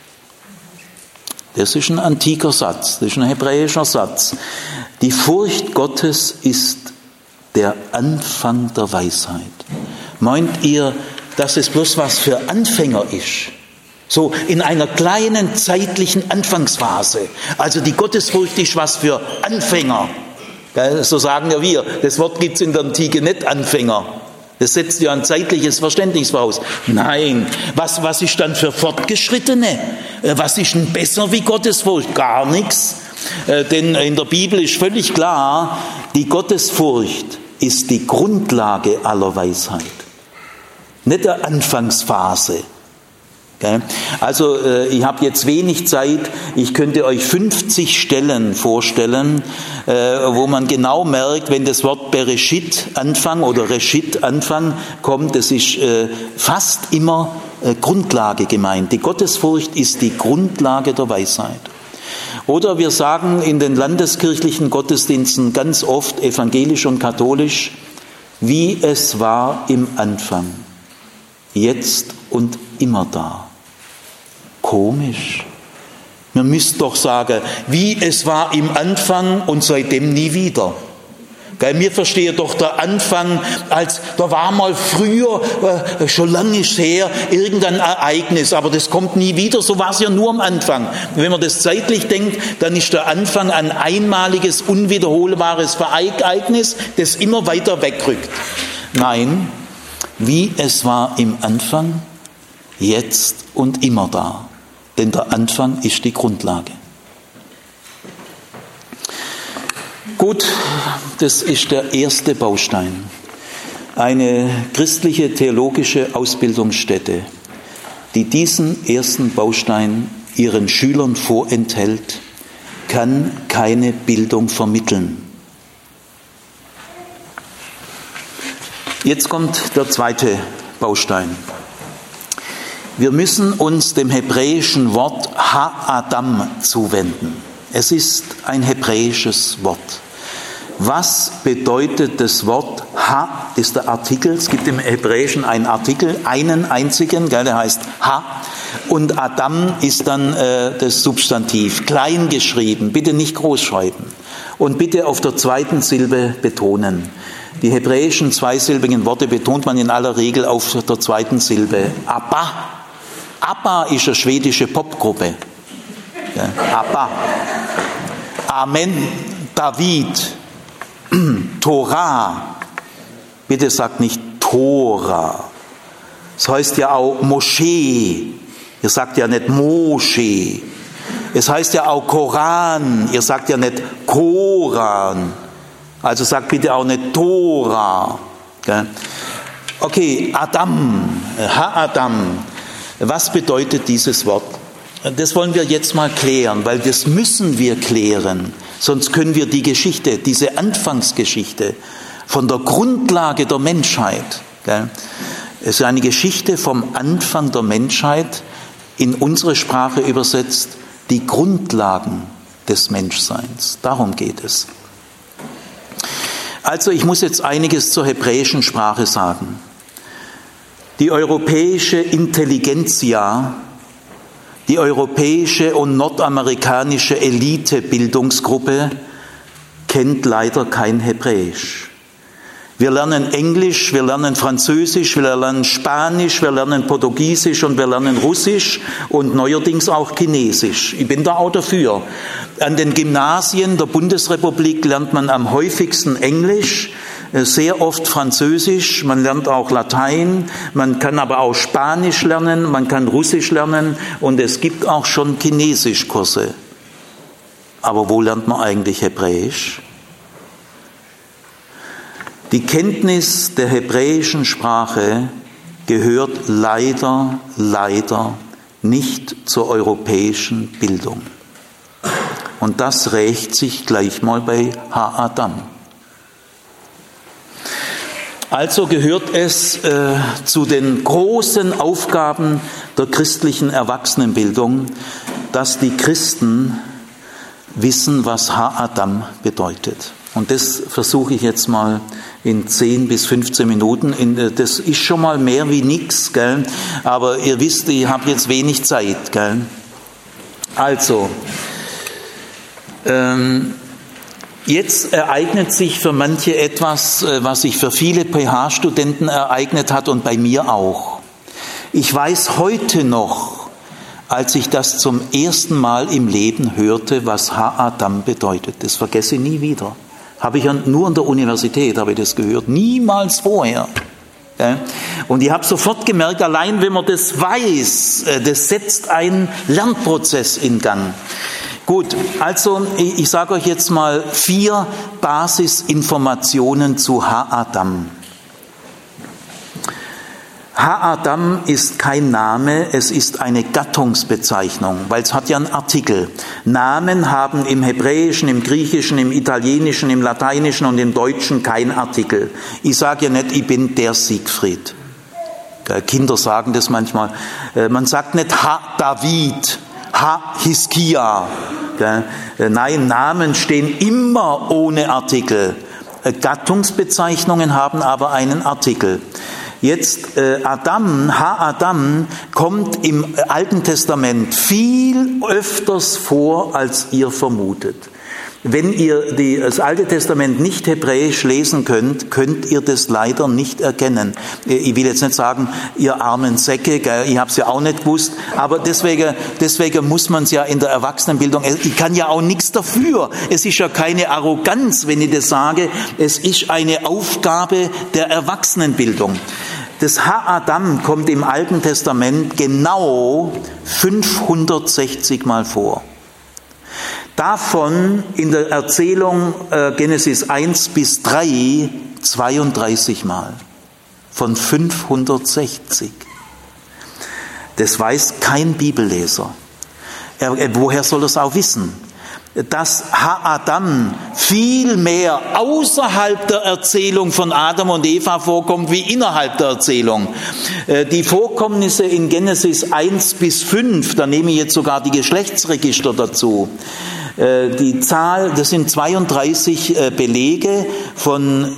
Das ist ein antiker Satz, das ist ein hebräischer Satz. Die Furcht Gottes ist der Anfang der Weisheit. Meint ihr, dass es bloß was für Anfänger ist? So in einer kleinen zeitlichen Anfangsphase. Also die Gottesfurcht ist was für Anfänger. So sagen ja wir. Das Wort gibt es in der Antike nicht, Anfänger. Das setzt ja ein zeitliches Verständnis voraus. Nein, was, was ist dann für Fortgeschrittene? Was ist denn besser wie Gottesfurcht? Gar nichts. Denn in der Bibel ist völlig klar, die Gottesfurcht ist die Grundlage aller Weisheit. Nicht der Anfangsphase. Also ich habe jetzt wenig Zeit, ich könnte euch fünfzig Stellen vorstellen, wo man genau merkt, wenn das Wort Bereshit Anfang oder Reshit Anfang kommt, das ist fast immer Grundlage gemeint. Die Gottesfurcht ist die Grundlage der Weisheit. Oder wir sagen in den landeskirchlichen Gottesdiensten ganz oft, evangelisch und katholisch, wie es war im Anfang, jetzt und immer da. Komisch. Man müsste doch sagen, wie es war im Anfang und seitdem nie wieder. Gell, wir verstehen doch der Anfang als, da war mal früher, äh, schon lange ist her, irgendein Ereignis, aber das kommt nie wieder, so war es ja nur am Anfang. Und wenn man das zeitlich denkt, dann ist der Anfang ein einmaliges, unwiederholbares Ereignis, das immer weiter wegrückt. Nein, wie es war im Anfang, jetzt und immer da. Denn der Anfang ist die Grundlage. Gut, das ist der erste Baustein. Eine christliche theologische Ausbildungsstätte, die diesen ersten Baustein ihren Schülern vorenthält, kann keine Bildung vermitteln. Jetzt kommt der zweite Baustein. Wir müssen uns dem hebräischen Wort Ha-Adam zuwenden. Es ist ein hebräisches Wort. Was bedeutet das Wort Ha? Ist der Artikel. Es gibt im Hebräischen einen Artikel, einen einzigen, gell, der heißt Ha. Und Adam ist dann äh, das Substantiv, klein geschrieben, bitte nicht groß schreiben. Und bitte auf der zweiten Silbe betonen. Die hebräischen zweisilbigen Worte betont man in aller Regel auf der zweiten Silbe. Abba. Abba ist eine schwedische Popgruppe. Ja, Abba. Amen. David. Torah. Bitte sagt nicht Tora. Es heißt ja auch Moschee. Ihr sagt ja nicht Mosche. Es heißt ja auch Koran. Ihr sagt ja nicht Koran. Also sagt bitte auch nicht Tora. Okay, Adam, Ha-Adam. Was bedeutet dieses Wort? Das wollen wir jetzt mal klären, weil das müssen wir klären. Sonst können wir die Geschichte, diese Anfangsgeschichte von der Grundlage der Menschheit, gell? Es ist eine Geschichte vom Anfang der Menschheit, in unsere Sprache übersetzt, die Grundlagen des Menschseins. Darum geht es. Also ich muss jetzt einiges zur hebräischen Sprache sagen. Die europäische Intelligenzia, die europäische und nordamerikanische Elite-Bildungsgruppe kennt leider kein Hebräisch. Wir lernen Englisch, wir lernen Französisch, wir lernen Spanisch, wir lernen Portugiesisch und wir lernen Russisch und neuerdings auch Chinesisch. Ich bin da auch dafür. An den Gymnasien der Bundesrepublik lernt man am häufigsten Englisch, sehr oft Französisch, man lernt auch Latein, man kann aber auch Spanisch lernen, man kann Russisch lernen und es gibt auch schon Chinesischkurse. Aber wo lernt man eigentlich Hebräisch? Die Kenntnis der hebräischen Sprache gehört leider, leider nicht zur europäischen Bildung. Und das rächt sich gleich mal bei Ha-Adam. Also gehört es äh, zu den großen Aufgaben der christlichen Erwachsenenbildung, dass die Christen wissen, was Ha-Adam bedeutet. Und das versuche ich jetzt mal in zehn bis fünfzehn Minuten. Das ist schon mal mehr wie nix, gell? Aber ihr wisst, ich habe jetzt wenig Zeit, gell? Also, ähm, jetzt ereignet sich für manche etwas, was sich für viele P H-Studenten ereignet hat und bei mir auch. Ich weiß heute noch, als ich das zum ersten Mal im Leben hörte, was Ha-Adam bedeutet. Das vergesse ich nie wieder. Habe ich ja nur an der Universität habe ich das gehört, niemals vorher. Und ich habe sofort gemerkt, allein wenn man das weiß, das setzt einen Lernprozess in Gang. Gut, also ich sage euch jetzt mal vier Basisinformationen zu Ha-Adam. Ha-Adam ist kein Name, es ist eine Gattungsbezeichnung, weil es hat ja einen Artikel. Namen haben im Hebräischen, im Griechischen, im Italienischen, im Lateinischen und im Deutschen keinen Artikel. Ich sage ja nicht, ich bin der Siegfried. Kinder sagen das manchmal. Man sagt nicht Ha-David, Ha-Hiskia. Nein, Namen stehen immer ohne Artikel. Gattungsbezeichnungen haben aber einen Artikel. Jetzt äh, Adam, Ha-Adam, kommt im Alten Testament viel öfters vor, als ihr vermutet. Wenn ihr die, das Alte Testament nicht hebräisch lesen könnt, könnt ihr das leider nicht erkennen. Ich will jetzt nicht sagen, ihr armen Säcke, gell, ich habe es ja auch nicht gewusst, aber deswegen, deswegen muss man es ja in der Erwachsenenbildung, ich kann ja auch nichts dafür. Es ist ja keine Arroganz, wenn ich das sage, es ist eine Aufgabe der Erwachsenenbildung. Das Ha-Adam kommt im Alten Testament genau fünfhundertsechzig Mal vor. Davon in der Erzählung äh, Genesis eins bis drei zweiunddreißig Mal. Von fünfhundertsechzig. Das weiß kein Bibelleser. Er, er, woher soll er es auch wissen? Dass Ha-Adam viel mehr außerhalb der Erzählung von Adam und Eva vorkommt, wie innerhalb der Erzählung. Die Vorkommnisse in Genesis eins bis fünf, da nehme ich jetzt sogar die Geschlechtsregister dazu. Die Zahl, das sind zweiunddreißig Belege von,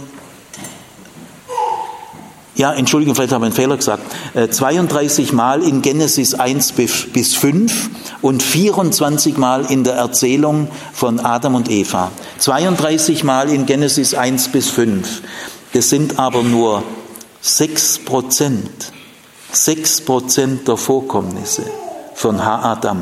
ja, Entschuldigung, vielleicht habe ich einen Fehler gesagt, zweiunddreißig Mal in Genesis eins bis fünf und vierundzwanzig Mal in der Erzählung von Adam und Eva. zweiunddreißig Mal in Genesis eins bis fünf. Das sind aber nur sechs Prozent. sechs Prozent der Vorkommnisse von Ha-Adam.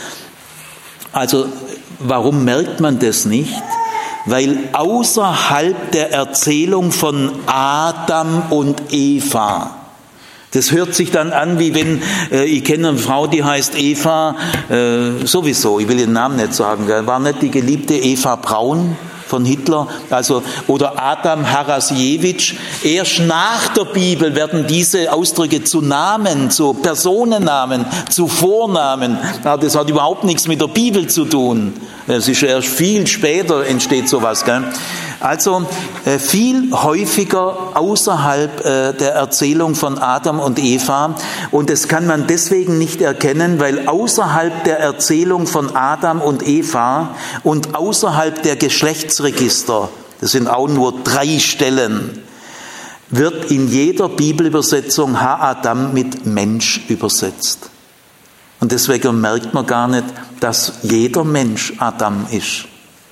Also, warum merkt man das nicht? Weil außerhalb der Erzählung von Adam und Eva, das hört sich dann an, wie wenn, äh, ich kenne eine Frau, die heißt Eva, äh, sowieso, ich will ihren Namen nicht sagen, gell? War nicht die geliebte Eva Braun von Hitler, also, oder Adam Harasiewicz. Erst nach der Bibel werden diese Ausdrücke zu Namen, zu Personennamen, zu Vornamen. Das hat überhaupt nichts mit der Bibel zu tun. Es ist erst viel später entsteht sowas, gell? Also äh, viel häufiger außerhalb äh, der Erzählung von Adam und Eva. Und das kann man deswegen nicht erkennen, weil außerhalb der Erzählung von Adam und Eva und außerhalb der Geschlechtsregister, das sind auch nur drei Stellen, wird in jeder Bibelübersetzung Ha-Adam mit Mensch übersetzt. Und deswegen merkt man gar nicht, dass jeder Mensch Adam ist.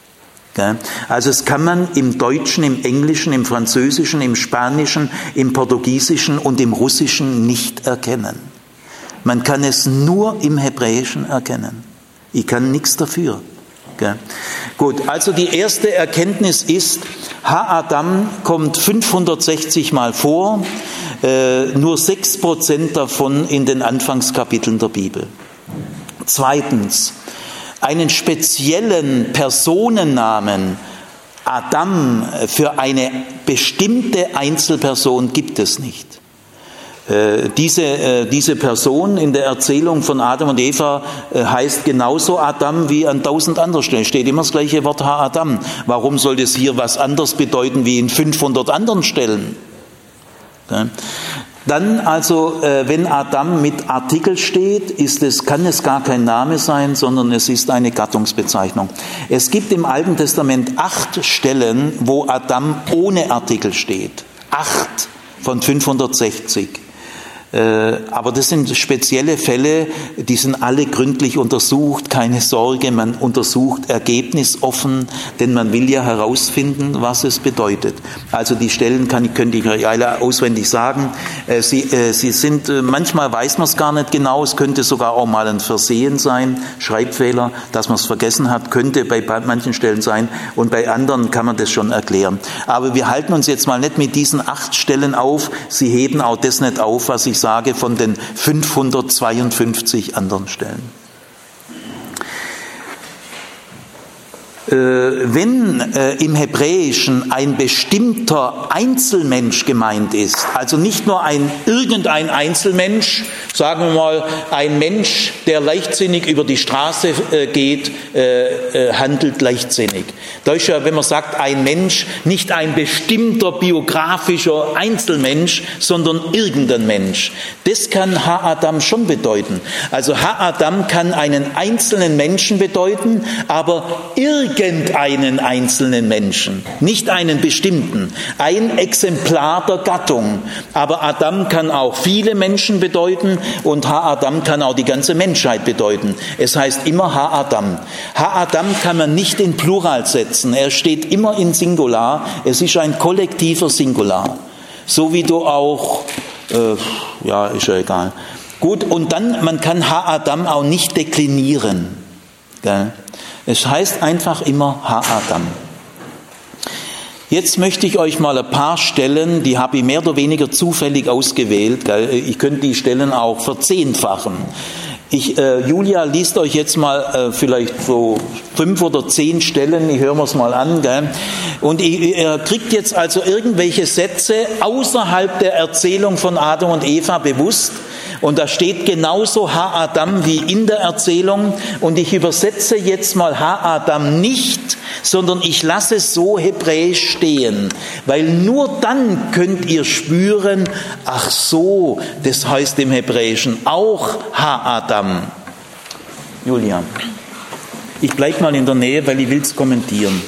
Also das kann man im Deutschen, im Englischen, im Französischen, im Spanischen, im Portugiesischen und im Russischen nicht erkennen. Man kann es nur im Hebräischen erkennen. Ich kann nichts dafür. Gut, also die erste Erkenntnis ist, Ha-Adam kommt fünfhundertsechzig Mal vor, äh, nur sechs Prozent davon in den Anfangskapiteln der Bibel. Zweitens, einen speziellen Personennamen Adam für eine bestimmte Einzelperson gibt es nicht. Äh, diese, äh, diese Person in der Erzählung von Adam und Eva äh, heißt genauso Adam wie an tausend anderen Stellen. Steht immer das gleiche Wort Ha-Adam. Warum soll das hier was anderes bedeuten wie in fünfhundert anderen Stellen? Ja. Dann also, äh, wenn Adam mit Artikel steht, ist es, kann es gar kein Name sein, sondern es ist eine Gattungsbezeichnung. Es gibt im Alten Testament acht Stellen, wo Adam ohne Artikel steht. Acht von fünfhundertsechzig. Aber das sind spezielle Fälle, die sind alle gründlich untersucht, keine Sorge, man untersucht ergebnisoffen, denn man will ja herausfinden, was es bedeutet. Also die Stellen kann ich, könnte ich euch alle auswendig sagen. Sie, sie sind, manchmal weiß man es gar nicht genau, es könnte sogar auch mal ein Versehen sein, Schreibfehler, dass man es vergessen hat, könnte bei manchen Stellen sein und bei anderen kann man das schon erklären. Aber wir halten uns jetzt mal nicht mit diesen acht Stellen auf, sie heben auch das nicht auf, was ich sage von den fünfhundertzweiundfünfzig anderen Stellen. Wenn äh, im Hebräischen ein bestimmter Einzelmensch gemeint ist, also nicht nur ein irgendein Einzelmensch, sagen wir mal ein Mensch, der leichtsinnig über die Straße äh, geht, äh, äh, handelt leichtsinnig. Da ist ja, wenn man sagt ein Mensch, nicht ein bestimmter biografischer Einzelmensch, sondern irgendein Mensch. Das kann Ha-Adam schon bedeuten. Also Ha-Adam kann einen einzelnen Menschen bedeuten, aber irgendein irgendeinen einzelnen Menschen, nicht einen bestimmten, ein Exemplar der Gattung. Aber Adam kann auch viele Menschen bedeuten und Ha-Adam kann auch die ganze Menschheit bedeuten. Es heißt immer Ha-Adam. Ha-Adam kann man nicht in Plural setzen, er steht immer in Singular, es ist ein kollektiver Singular. So wie du auch, äh, ja, ist ja egal. Gut, und dann, man kann Ha-Adam auch nicht deklinieren. Gell? Es heißt einfach immer Ha-Adam. Jetzt möchte ich euch mal ein paar Stellen, die habe ich mehr oder weniger zufällig ausgewählt. Gell? Ich könnte die Stellen auch verzehnfachen. Ich, äh, Julia liest euch jetzt mal äh, vielleicht so fünf oder zehn Stellen, ich höre mir's mal an, gell? Und ihr, ihr kriegt jetzt also irgendwelche Sätze außerhalb der Erzählung von Adam und Eva bewusst. Und da steht genauso Ha-Adam wie in der Erzählung. Und ich übersetze jetzt mal Ha-Adam nicht, sondern ich lasse es so hebräisch stehen. Weil nur dann könnt ihr spüren, ach so, das heißt im Hebräischen auch Ha-Adam. Julia, ich bleib mal in der Nähe, weil ich will es kommentieren.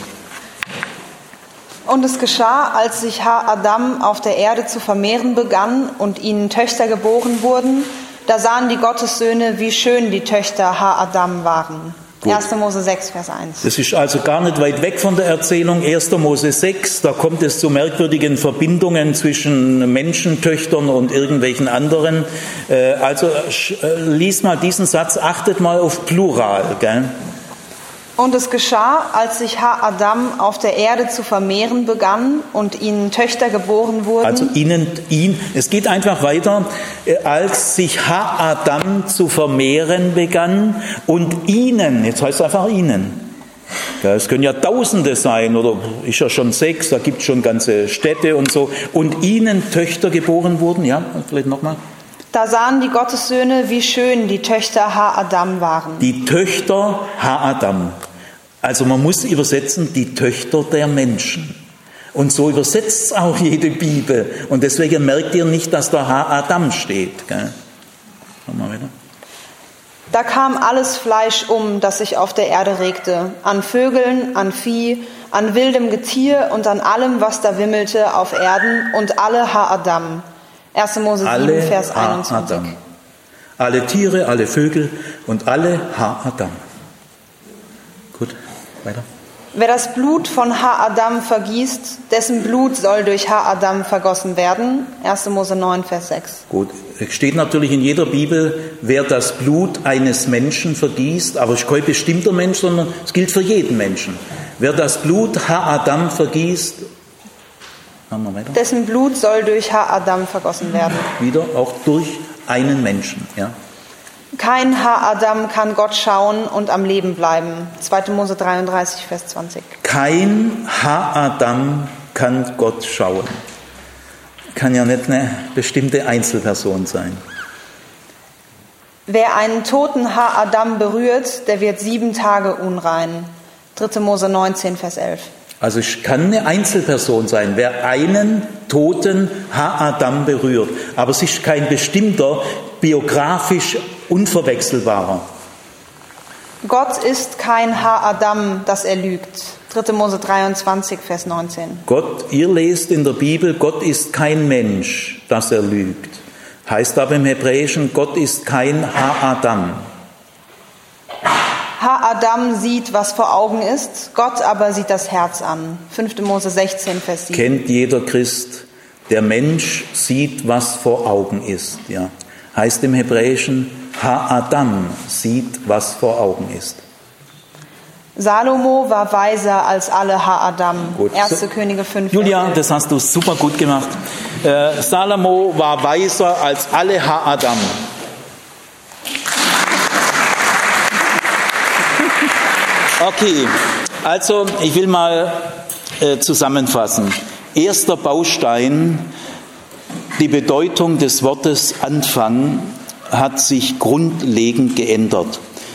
Und es geschah, als sich Ha-Adam auf der Erde zu vermehren begann und ihnen Töchter geboren wurden, da sahen die Gottessöhne, wie schön die Töchter Ha-Adam waren. Gut. erster Mose sechs, Vers eins. Das ist also gar nicht weit weg von der Erzählung. erster Mose sechs, da kommt es zu merkwürdigen Verbindungen zwischen Menschentöchtern und irgendwelchen anderen. Also lies mal diesen Satz, achtet mal auf Plural, gell? Und es geschah, als sich Ha-Adam auf der Erde zu vermehren begann und ihnen Töchter geboren wurden. Also ihnen, ihn, es geht einfach weiter, als sich Ha-Adam zu vermehren begann und ihnen, jetzt heißt es einfach ihnen. Ja, es können ja Tausende sein oder ist ja schon sechs, da gibt es schon ganze Städte und so. Und ihnen Töchter geboren wurden, ja, vielleicht nochmal. Da sahen die Gottessöhne, wie schön die Töchter Ha-Adam waren. Die Töchter Ha-Adam. Also man muss übersetzen, die Töchter der Menschen. Und so übersetzt es auch jede Bibel. Und deswegen merkt ihr nicht, dass da Ha-Adam steht. Gell? Mal weiter. Da kam alles Fleisch um, das sich auf der Erde regte. An Vögeln, an Vieh, an wildem Getier und an allem, was da wimmelte auf Erden und alle Ha-Adam. erster Mose sieben, Vers einundzwanzig. Ha-Adam. Alle Tiere, alle Vögel und alle Ha-Adam. Gut, weiter. Wer das Blut von Ha-Adam vergießt, dessen Blut soll durch Ha-Adam vergossen werden. erster Mose neun, Vers sechs. Gut, es steht natürlich in jeder Bibel, wer das Blut eines Menschen vergießt, aber es ist kein bestimmter Mensch, sondern es gilt für jeden Menschen. Wer das Blut Ha-Adam vergießt, dessen Blut soll durch Ha-Adam vergossen werden. Wieder auch durch einen Menschen. Ja. Kein Ha-Adam kann Gott schauen und am Leben bleiben. zweiter Mose dreiunddreißig, Vers zwanzig. Kein Ha-Adam kann Gott schauen. Kann ja nicht eine bestimmte Einzelperson sein. Wer einen toten Ha-Adam berührt, der wird sieben Tage unrein. dritter Mose neunzehn, Vers elf. Also es kann eine Einzelperson sein, wer einen toten Ha-Adam berührt. Aber es ist kein bestimmter, biografisch unverwechselbarer. Gott ist kein Ha-Adam, dass er lügt. dritter Mose dreiundzwanzig, Vers neunzehn. Gott, ihr lest in der Bibel, Gott ist kein Mensch, dass er lügt. Heißt aber im Hebräischen, Gott ist kein Ha-Adam. Ha-Adam sieht, was vor Augen ist, Gott aber sieht das Herz an. fünfter Mose sechzehn, Vers sieben. Kennt jeder Christ, der Mensch sieht, was vor Augen ist. Ja. Heißt im Hebräischen, Ha-Adam sieht, was vor Augen ist. Salomo war weiser als alle Ha-Adam. erster Könige fünf. Julia, das hast du super gut gemacht. Äh, Salomo war weiser als alle Ha-Adam. Okay, also ich will mal äh, zusammenfassen. Erster Baustein, die Bedeutung des Wortes Anfang hat sich grundlegend geändert.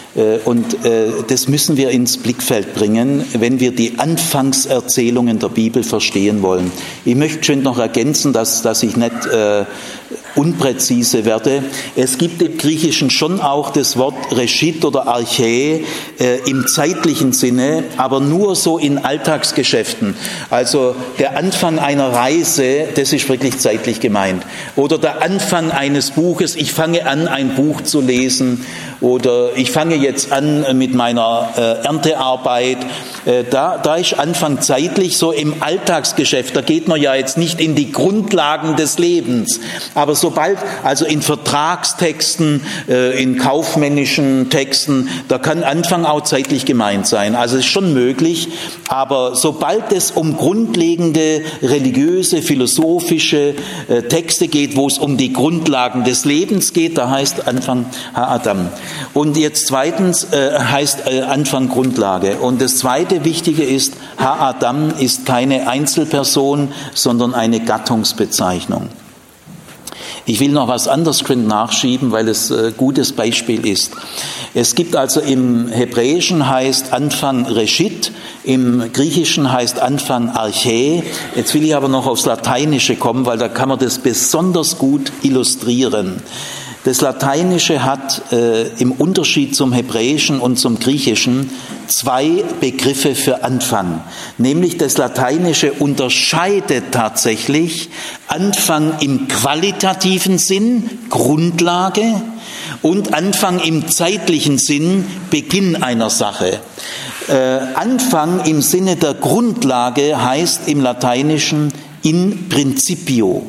Und das müssen wir ins Blickfeld bringen, wenn wir die Anfangserzählungen der Bibel verstehen wollen. Ich möchte schön noch ergänzen, dass, dass ich nicht äh, unpräzise werde. Es gibt im Griechischen schon auch das Wort Reshit oder Archä äh, im zeitlichen Sinne, aber nur so in Alltagsgeschäften. Also der Anfang einer Reise, das ist wirklich zeitlich gemeint. Oder der Anfang eines Buches, ich fange an, ein Buch zu lesen. Oder ich fange jetzt an mit meiner äh, Erntearbeit. Äh, da, da ist Anfang zeitlich so im Alltagsgeschäft. Da geht man ja jetzt nicht in die Grundlagen des Lebens. Aber sobald, also in Vertragstexten, äh, in kaufmännischen Texten, da kann Anfang auch zeitlich gemeint sein. Also es ist schon möglich. Aber sobald es um grundlegende religiöse, philosophische äh, Texte geht, wo es um die Grundlagen des Lebens geht, da heißt Anfang Ha-Adam. Und jetzt zweitens äh, heißt äh, Anfang Grundlage. Und das zweite Wichtige ist, Ha-Adam ist keine Einzelperson, sondern eine Gattungsbezeichnung. Ich will noch was anderes nachschieben, weil es ein gutes Beispiel ist. Es gibt also im Hebräischen heißt Anfang Reshit, im Griechischen heißt Anfang Archä. Jetzt will ich aber noch aufs Lateinische kommen, weil da kann man das besonders gut illustrieren. Das Lateinische hat äh, im Unterschied zum Hebräischen und zum Griechischen zwei Begriffe für Anfang. Nämlich das Lateinische unterscheidet tatsächlich Anfang im qualitativen Sinn, Grundlage, und Anfang im zeitlichen Sinn, Beginn einer Sache. Äh, Anfang im Sinne der Grundlage heißt im Lateinischen in principio.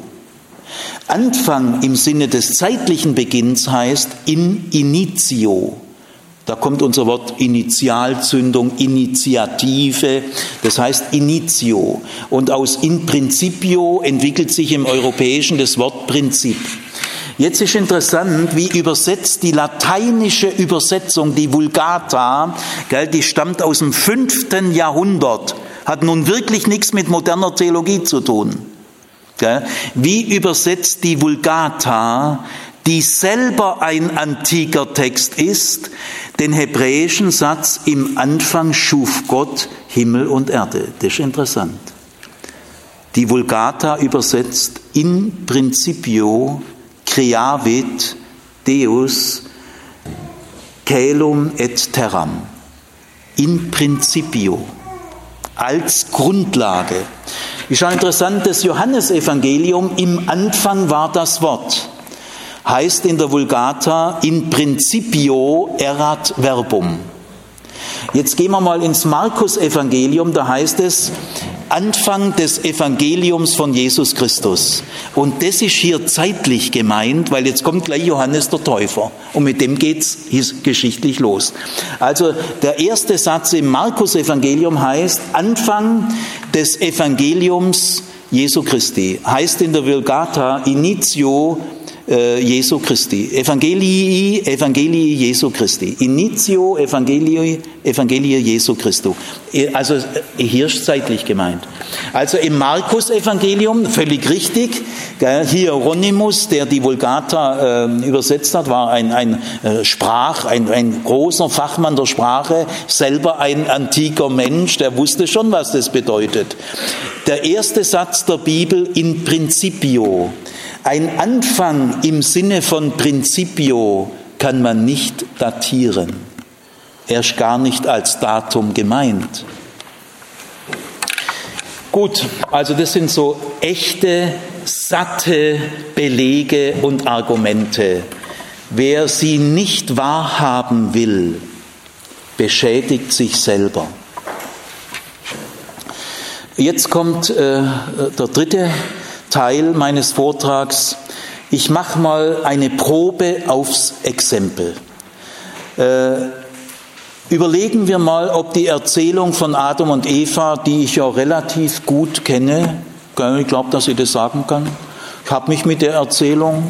Anfang im Sinne des zeitlichen Beginns heißt in initio. Da kommt unser Wort Initialzündung, Initiative, das heißt Initio. Und aus in principio entwickelt sich im Europäischen das Wort Prinzip. Jetzt ist interessant, wie übersetzt die lateinische Übersetzung, die Vulgata, gell, die stammt aus dem fünften Jahrhundert, hat nun wirklich nichts mit moderner Theologie zu tun. Wie übersetzt die Vulgata, die selber ein antiker Text ist, den hebräischen Satz, im Anfang schuf Gott Himmel und Erde? Das ist interessant. Die Vulgata übersetzt in principio creavit Deus caelum et terram. In principio. Als Grundlage. Ist ja interessant, das Johannesevangelium, im Anfang war das Wort. Heißt in der Vulgata, in principio erat verbum. Jetzt gehen wir mal ins Markus-Evangelium, da heißt es, Anfang des Evangeliums von Jesus Christus. Und das ist hier zeitlich gemeint, weil jetzt kommt gleich Johannes der Täufer. Und mit dem geht's geschichtlich los. Also der erste Satz im Markus-Evangelium heißt, Anfang des Evangeliums Jesu Christi. Heißt in der Vulgata, Initio Jesu Christi. Evangelii, Evangelii Jesu Christi. Initio Evangelii, Evangelie Jesu Christu. Also hier ist zeitlich gemeint. Also im Markus-Evangelium, völlig richtig, Hieronymus, der die Vulgata äh, übersetzt hat, war ein, ein äh, Sprach, ein, ein großer Fachmann der Sprache, selber ein antiker Mensch, der wusste schon, was das bedeutet. Der erste Satz der Bibel in principio. Ein Anfang im Sinne von Principio kann man nicht datieren. Er ist gar nicht als Datum gemeint. Gut, also das sind so echte, satte Belege und Argumente. Wer sie nicht wahrhaben will, beschädigt sich selber. Jetzt kommt äh, der dritte Teil meines Vortrags. Ich mache mal eine Probe aufs Exempel. Äh, überlegen wir mal, ob die Erzählung von Adam und Eva, die ich ja relativ gut kenne, ich glaube, dass ich das sagen kann, ich habe mich mit der Erzählung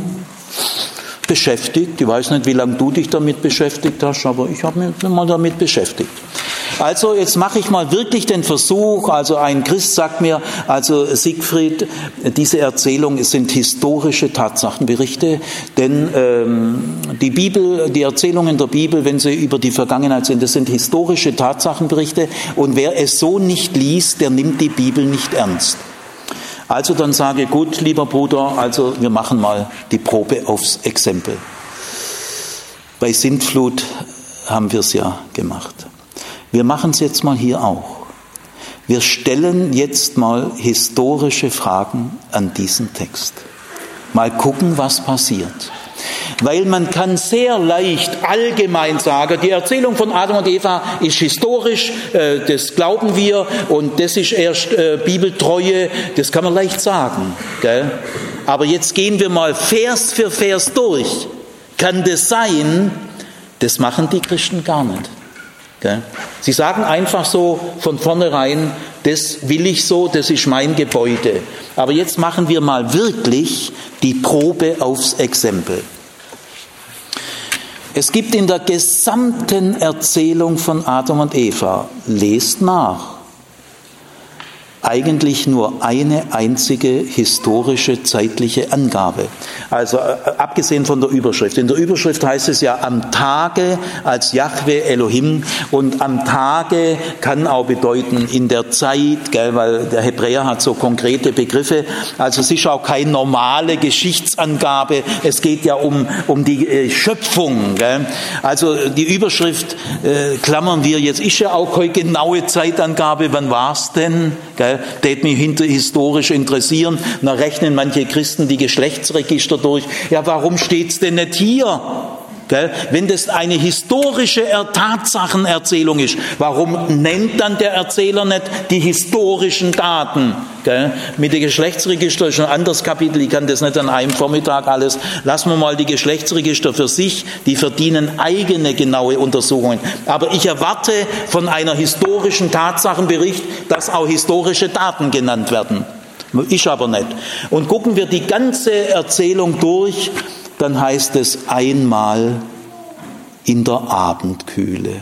beschäftigt. Ich weiß nicht, wie lange du dich damit beschäftigt hast, aber ich habe mich mal damit beschäftigt. Also jetzt mache ich mal wirklich den Versuch, also ein Christ sagt mir, also Siegfried, diese Erzählungen sind historische Tatsachenberichte, denn ähm, die Bibel, die Erzählungen der Bibel, wenn sie über die Vergangenheit sind, das sind historische Tatsachenberichte und wer es so nicht liest, der nimmt die Bibel nicht ernst. Also dann sage ich, gut, lieber Bruder, also wir machen mal die Probe aufs Exempel. Bei Sintflut haben wir es ja gemacht. Wir machen es jetzt mal hier auch. Wir stellen jetzt mal historische Fragen an diesen Text. Mal gucken, was passiert. Weil man kann sehr leicht allgemein sagen, die Erzählung von Adam und Eva ist historisch, äh, das glauben wir und das ist erst äh, Bibeltreue, das kann man leicht sagen. Gell? Aber jetzt gehen wir mal Vers für Vers durch. Kann das sein? Das machen die Christen gar nicht. Gell? Sie sagen einfach so von vornherein, das will ich so, das ist mein Gebäude. Aber jetzt machen wir mal wirklich die Probe aufs Exempel. Es gibt in der gesamten Erzählung von Adam und Eva, lest nach, eigentlich nur eine einzige historische zeitliche Angabe. Also äh, abgesehen von der Überschrift. In der Überschrift heißt es ja am Tage als Jahwe Elohim und am Tage kann auch bedeuten in der Zeit, gell, weil der Hebräer hat so konkrete Begriffe. Also es ist auch keine normale Geschichtsangabe. Es geht ja um, um die äh, Schöpfung. Gell. Also die Überschrift äh, klammern wir jetzt. Ist ja auch keine genaue Zeitangabe. Wann war es denn? Gell. Das mich hinter historisch interessieren. Da rechnen manche Christen die Geschlechtsregister durch. Ja, warum steht's denn nicht hier? Gell? Wenn das eine historische Tatsachenerzählung ist, warum nennt dann der Erzähler nicht die historischen Daten? Gell? Mit den Geschlechtsregistern ist ein anderes Kapitel, ich kann das nicht an einem Vormittag alles. Lassen wir mal die Geschlechtsregister für sich, die verdienen eigene genaue Untersuchungen. Aber ich erwarte von einer historischen Tatsachenbericht, dass auch historische Daten genannt werden. Ich aber nicht. Und gucken wir die ganze Erzählung durch, dann heißt es einmal in der Abendkühle.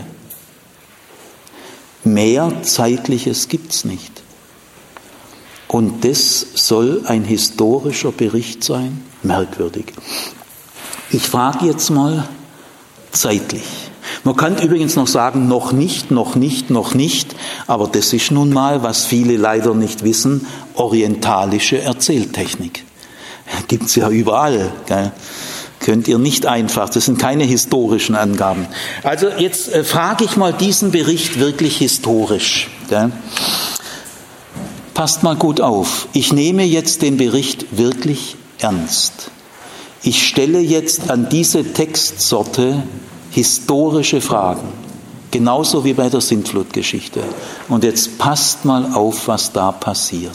Mehr Zeitliches gibt's nicht. Und das soll ein historischer Bericht sein? Merkwürdig. Ich frage jetzt mal zeitlich. Man kann übrigens noch sagen, noch nicht, noch nicht, noch nicht, aber das ist nun mal, was viele leider nicht wissen, orientalische Erzähltechnik. Gibt's ja überall, gell? Könnt ihr nicht einfach, das sind keine historischen Angaben. Also jetzt äh, frage ich mal diesen Bericht wirklich historisch. Gell? Passt mal gut auf. Ich nehme jetzt den Bericht wirklich ernst. Ich stelle jetzt an diese Textsorte historische Fragen. Genauso wie bei der Sintflutgeschichte. Und jetzt passt mal auf, was da passiert.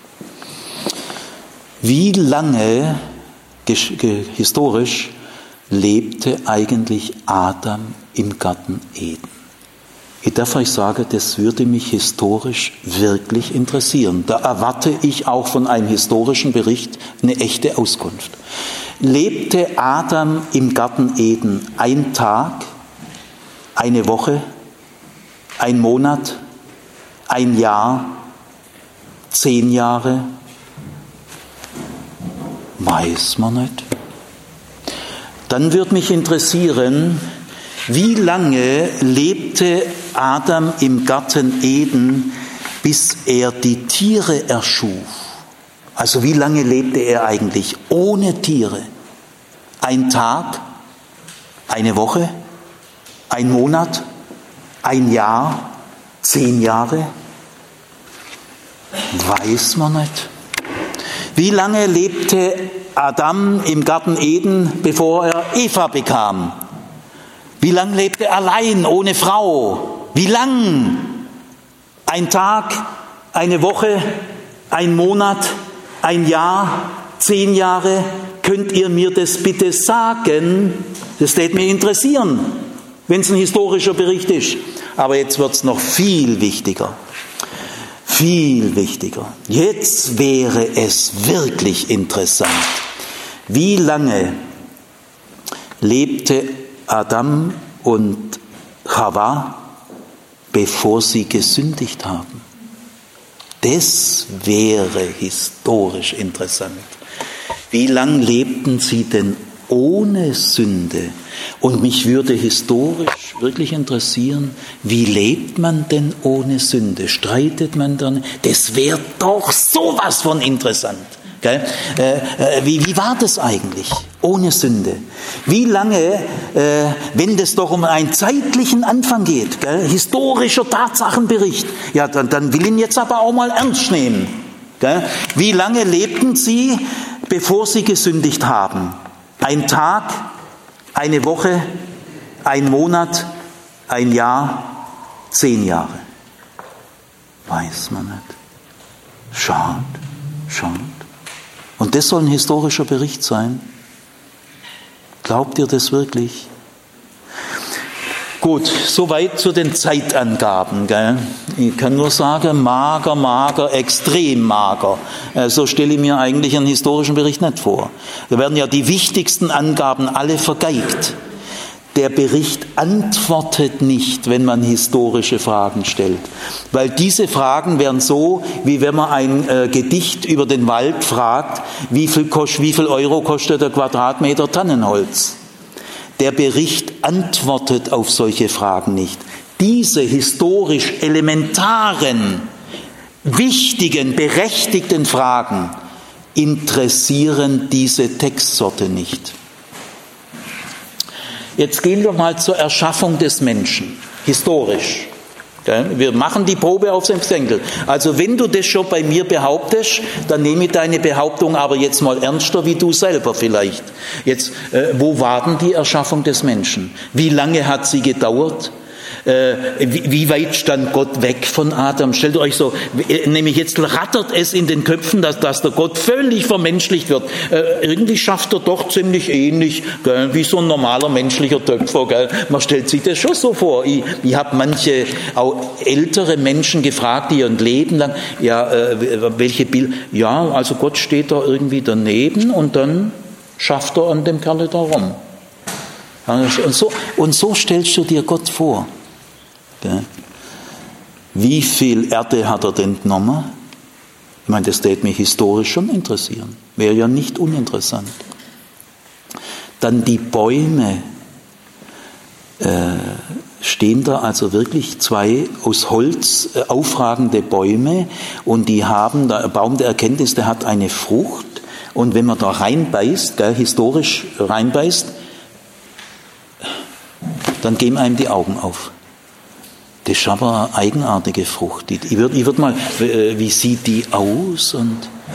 Wie lange, historisch, lebte eigentlich Adam im Garten Eden? Ich darf euch sagen, das würde mich historisch wirklich interessieren. Da erwarte ich auch von einem historischen Bericht eine echte Auskunft. Lebte Adam im Garten Eden ein Tag, eine Woche, ein Monat, ein Jahr, zehn Jahre? Weiß man nicht. Dann würde mich interessieren, wie lange lebte Adam im Garten Eden, bis er die Tiere erschuf? Also wie lange lebte er eigentlich ohne Tiere? Ein Tag, eine Woche, ein Monat, ein Jahr, zehn Jahre? Weiß man nicht. Wie lange lebte Adam im Garten Eden, bevor er Eva bekam? Wie lange lebte er allein, ohne Frau? Wie lang? Ein Tag, eine Woche, ein Monat, ein Jahr, zehn Jahre? Könnt ihr mir das bitte sagen? Das würde mich interessieren, wenn es ein historischer Bericht ist. Aber jetzt wird es noch viel wichtiger. Viel wichtiger. Jetzt wäre es wirklich interessant. Wie lange lebte Adam und Chava bevor sie gesündigt haben. Das wäre historisch interessant. Wie lange lebten sie denn ohne Sünde? Und mich würde historisch wirklich interessieren, wie lebt man denn ohne Sünde? Streitet man dann? Das wäre doch sowas von interessant. Gell? Äh, äh, wie, wie war das eigentlich ohne Sünde? Wie lange, äh, wenn das doch um einen zeitlichen Anfang geht, gell? Historischer Tatsachenbericht, ja, dann, dann will ich ihn jetzt aber auch mal ernst nehmen. Gell? Wie lange lebten sie, bevor sie gesündigt haben? Ein Tag, eine Woche, ein Monat, ein Jahr, zehn Jahre. Weiß man nicht. Schaut, schaut. Und das soll ein historischer Bericht sein? Glaubt ihr das wirklich? Gut, soweit zu den Zeitangaben. Gell? Ich kann nur sagen, mager, mager, extrem mager. So stelle ich mir eigentlich einen historischen Bericht nicht vor. Da werden ja die wichtigsten Angaben alle vergeigt. Der Bericht antwortet nicht, wenn man historische Fragen stellt. Weil diese Fragen wären so, wie wenn man ein äh, Gedicht über den Wald fragt, wie viel, kost, wie viel Euro kostet der Quadratmeter Tannenholz? Der Bericht antwortet auf solche Fragen nicht. Diese historisch elementaren, wichtigen, berechtigten Fragen interessieren diese Textsorte nicht. Jetzt gehen wir mal zur Erschaffung des Menschen, historisch. Wir machen die Probe aufs Exempel. Also wenn du das schon bei mir behauptest, dann nehme ich deine Behauptung aber jetzt mal ernster wie du selber vielleicht. Jetzt, äh, wo war denn die Erschaffung des Menschen? Wie lange hat sie gedauert? Äh, wie, wie weit stand Gott weg von Adam? Stellt euch so, nämlich jetzt rattert es in den Köpfen, dass, dass der Gott völlig vermenschlicht wird. Äh, irgendwie schafft er doch ziemlich ähnlich, gell, wie so ein normaler menschlicher Töpfer. Gell. Man stellt sich das schon so vor. Ich, ich habe manche auch ältere Menschen gefragt, die ihr Leben lang, ja, äh, welche Bild? Ja, also Gott steht da irgendwie daneben und dann schafft er an dem Kerl da rum. Und so, und so stellst du dir Gott vor. Wie viel Erde hat er denn genommen? Ich meine, das würde mich historisch schon interessieren. Wäre ja nicht uninteressant. Dann die Bäume. Äh, stehen da also wirklich zwei aus Holz äh, aufragende Bäume und die haben, der Baum der Erkenntnis, der hat eine Frucht und wenn man da reinbeißt, gell, historisch reinbeißt, dann gehen einem die Augen auf. Das ist aber eine eigenartige Frucht. Ich würde ich würd mal, wie sieht die aus? Und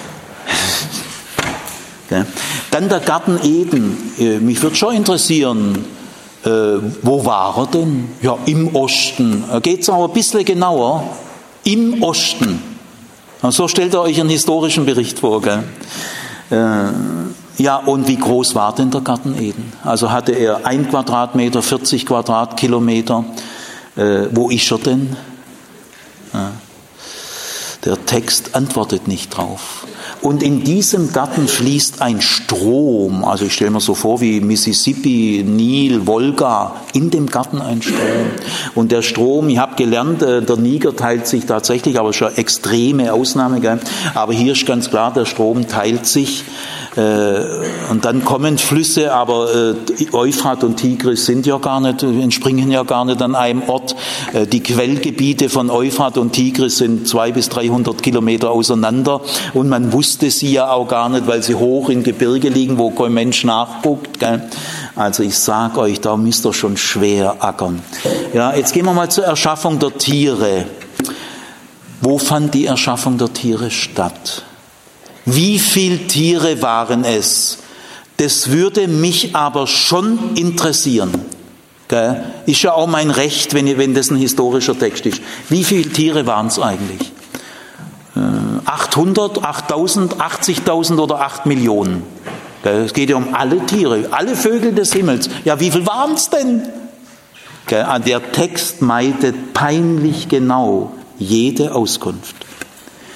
okay. Dann der Garten Eden. Mich würde schon interessieren, äh, wo war er denn? Ja, im Osten. Geht es aber ein bisschen genauer. Im Osten. Und so stellt ihr euch einen historischen Bericht vor. Gell? Äh, ja, und wie groß war denn der Garten Eden? Also hatte er ein Quadratmeter, vierzig Quadratkilometer. Äh, wo ist er denn? Ja. Der Text antwortet nicht drauf. Und in diesem Garten fließt ein Strom, also ich stelle mir so vor wie Mississippi, Nil, Wolga, in dem Garten ein Strom. Und der Strom, ich habe gelernt, der Niger teilt sich tatsächlich, aber schon extreme Ausnahme, gell? Aber hier ist ganz klar, der Strom teilt sich. Und dann kommen Flüsse, aber Euphrat und Tigris sind ja gar nicht, entspringen ja gar nicht an einem Ort. Die Quellgebiete von Euphrat und Tigris sind zweihundert bis dreihundert Kilometer auseinander und man wusste sie ja auch gar nicht, weil sie hoch im Gebirge liegen, wo kein Mensch nachguckt. Gell? Also ich sage euch, da müsst ihr schon schwer ackern. Ja, jetzt gehen wir mal zur Erschaffung der Tiere. Wo fand die Erschaffung der Tiere statt? Wie viele Tiere waren es? Das würde mich aber schon interessieren. Gell? Ist ja auch mein Recht, wenn, wenn das ein historischer Text ist. Wie viele Tiere waren es eigentlich? Äh, achthundert, achttausend, achtzigtausend oder acht Millionen? Gell? Es geht ja um alle Tiere, alle Vögel des Himmels. Ja, wie viel waren es denn? Gell? Der Text meidet peinlich genau jede Auskunft.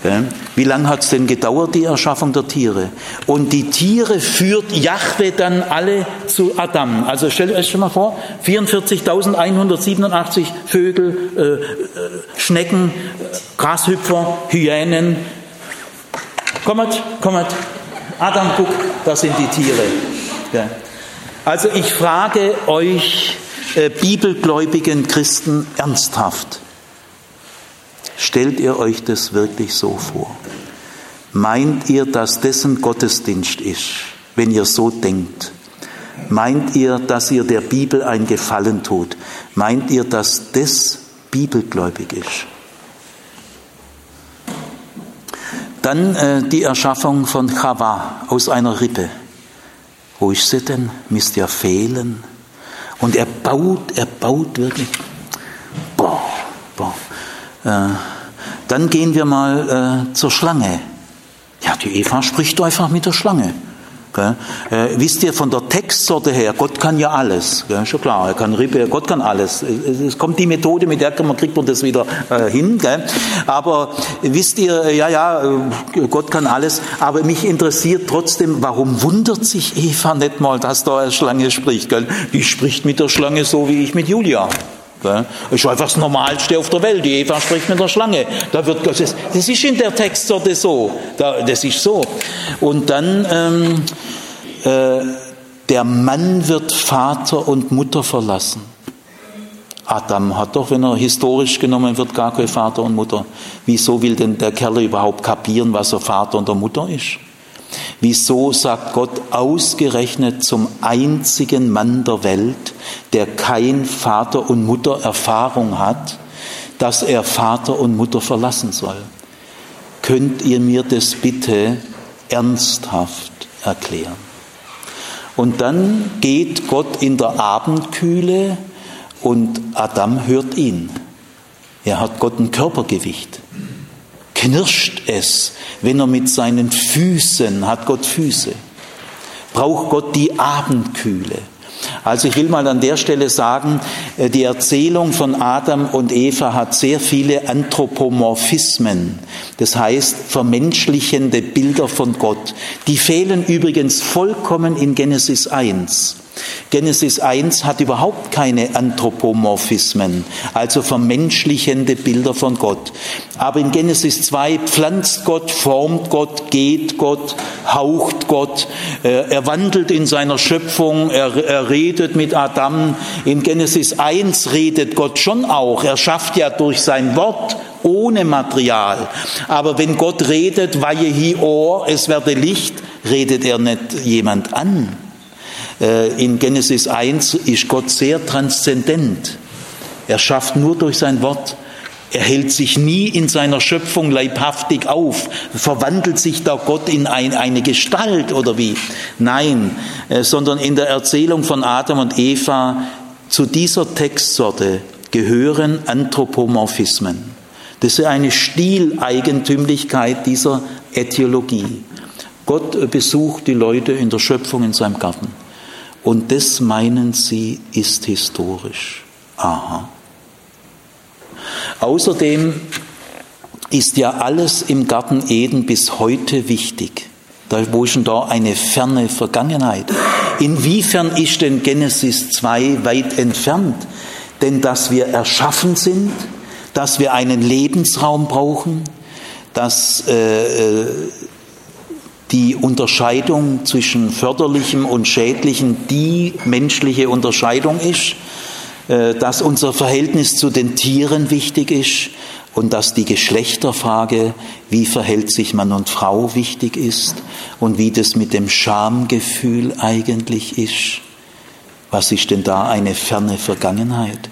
Wie lange hat es denn gedauert, die Erschaffung der Tiere? Und die Tiere führt Jahwe dann alle zu Adam. Also stellt euch schon mal vor, vierundvierzigtausendeinhundertsiebenundachtzig Vögel, äh, Schnecken, äh, Grashüpfer, Hyänen. Kommt, kommt. Adam, guck, das sind die Tiere. Ja. Also ich frage euch, äh, bibelgläubigen Christen, ernsthaft. Stellt ihr euch das wirklich so vor? Meint ihr, dass das ein Gottesdienst ist, wenn ihr so denkt? Meint ihr, dass ihr der Bibel einen Gefallen tut? Meint ihr, dass das bibelgläubig ist? Dann äh, die Erschaffung von Chava aus einer Rippe. Wo ist sie denn? Müsste ja fehlen. Und er baut, er baut wirklich. Boah, boah. Äh, dann gehen wir mal äh, zur Schlange. Ja, die Eva spricht einfach mit der Schlange. Gell? Äh, wisst ihr, von der Textsorte her, Gott kann ja alles. Gell? Schon klar, er kann Rippe, Gott kann alles. Es, es kommt die Methode, mit der man, kriegt man das wieder äh, hin. Gell? Aber wisst ihr, ja, ja, Gott kann alles. Aber mich interessiert trotzdem, warum wundert sich Eva nicht mal, dass da eine Schlange spricht? Gell? Die spricht mit der Schlange so, wie ich mit Julia. Das ist einfach das Normalste auf der Welt. Die Eva spricht mit der Schlange. Da wird, das, ist, das ist in der Textsorte so. Das ist so. Und dann, ähm, äh, der Mann wird Vater und Mutter verlassen. Adam hat doch, wenn er historisch genommen wird, gar kein Vater und Mutter. Wieso will denn der Kerl überhaupt kapieren, was er Vater und der Mutter ist? Wieso sagt Gott ausgerechnet zum einzigen Mann der Welt, der kein Vater und Mutter Erfahrung hat, dass er Vater und Mutter verlassen soll? Könnt ihr mir das bitte ernsthaft erklären? Und dann geht Gott in der Abendkühle und Adam hört ihn. Er hat Gott ein Körpergewicht. Knirscht es, wenn er mit seinen Füßen, hat Gott Füße, braucht Gott die Abendkühle. Also ich will mal an der Stelle sagen, die Erzählung von Adam und Eva hat sehr viele Anthropomorphismen, das heißt vermenschlichende Bilder von Gott. Die fehlen übrigens vollkommen in Genesis eins. Genesis eins hat überhaupt keine Anthropomorphismen, also vermenschlichende Bilder von Gott. Aber in Genesis zwei pflanzt Gott, formt Gott, geht Gott, haucht Gott, er wandelt in seiner Schöpfung, er, er redet mit Adam. In Genesis eins redet Gott schon auch, er schafft ja durch sein Wort ohne Material. Aber wenn Gott redet, Vayehi Or, es werde Licht, redet er nicht jemand an. In Genesis eins ist Gott sehr transzendent. Er schafft nur durch sein Wort. Er hält sich nie in seiner Schöpfung leibhaftig auf. Verwandelt sich da Gott in ein, eine Gestalt oder wie? Nein, sondern in der Erzählung von Adam und Eva zu dieser Textsorte gehören Anthropomorphismen. Das ist eine Stileigentümlichkeit dieser Äthiologie. Gott besucht die Leute in der Schöpfung in seinem Garten. Und das meinen sie, ist historisch. Aha. Außerdem ist ja alles im Garten Eden bis heute wichtig. Da, wo ist denn da eine ferne Vergangenheit? Inwiefern ist denn Genesis zwei weit entfernt? Denn dass wir erschaffen sind, dass wir einen Lebensraum brauchen, dass äh, die Unterscheidung zwischen förderlichem und schädlichem die menschliche Unterscheidung ist, dass unser Verhältnis zu den Tieren wichtig ist und dass die Geschlechterfrage, wie verhält sich Mann und Frau, wichtig ist und wie das mit dem Schamgefühl eigentlich ist. Was ist denn da eine ferne Vergangenheit?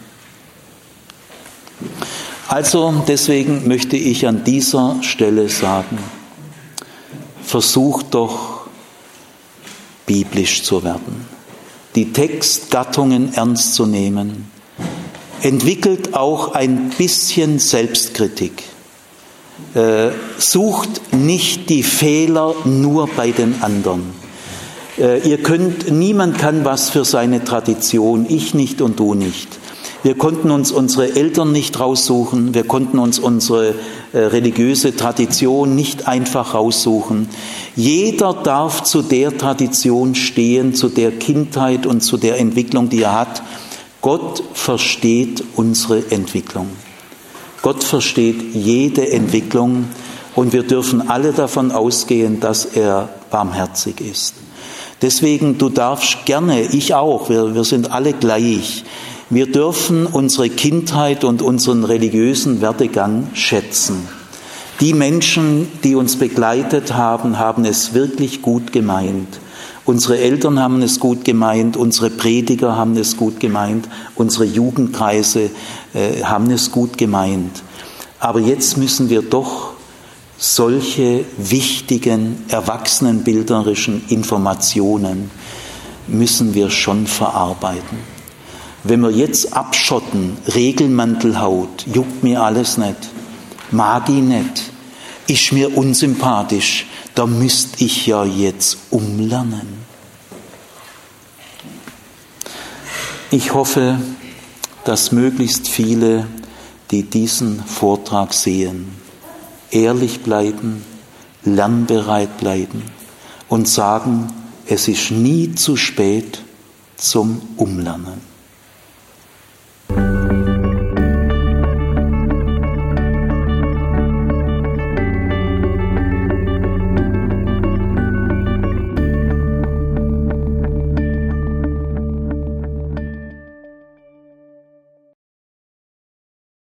Also deswegen möchte ich an dieser Stelle sagen, versucht doch, biblisch zu werden, die Textgattungen ernst zu nehmen, entwickelt auch ein bisschen Selbstkritik, äh, sucht nicht die Fehler nur bei den anderen. Äh, ihr könnt, niemand kann was für seine Tradition, ich nicht und du nicht. Wir konnten uns unsere Eltern nicht raussuchen, wir konnten uns unsere äh, religiöse Tradition nicht einfach raussuchen. Jeder darf zu der Tradition stehen, zu der Kindheit und zu der Entwicklung, die er hat. Gott versteht unsere Entwicklung. Gott versteht jede Entwicklung und wir dürfen alle davon ausgehen, dass er barmherzig ist. Deswegen, du darfst gerne, ich auch, wir, wir sind alle gleich. Wir dürfen unsere Kindheit und unseren religiösen Werdegang schätzen. Die Menschen, die uns begleitet haben, haben es wirklich gut gemeint. Unsere Eltern haben es gut gemeint, unsere Prediger haben es gut gemeint, unsere Jugendkreise äh, haben es gut gemeint. Aber jetzt müssen wir doch solche wichtigen, erwachsenenbildnerischen Informationen müssen wir schon verarbeiten. Wenn wir jetzt abschotten, Regelmantelhaut, juckt mir alles nicht, mag ich nicht, ist mir unsympathisch, da müsste ich ja jetzt umlernen. Ich hoffe, dass möglichst viele, die diesen Vortrag sehen, ehrlich bleiben, lernbereit bleiben und sagen, es ist nie zu spät zum Umlernen.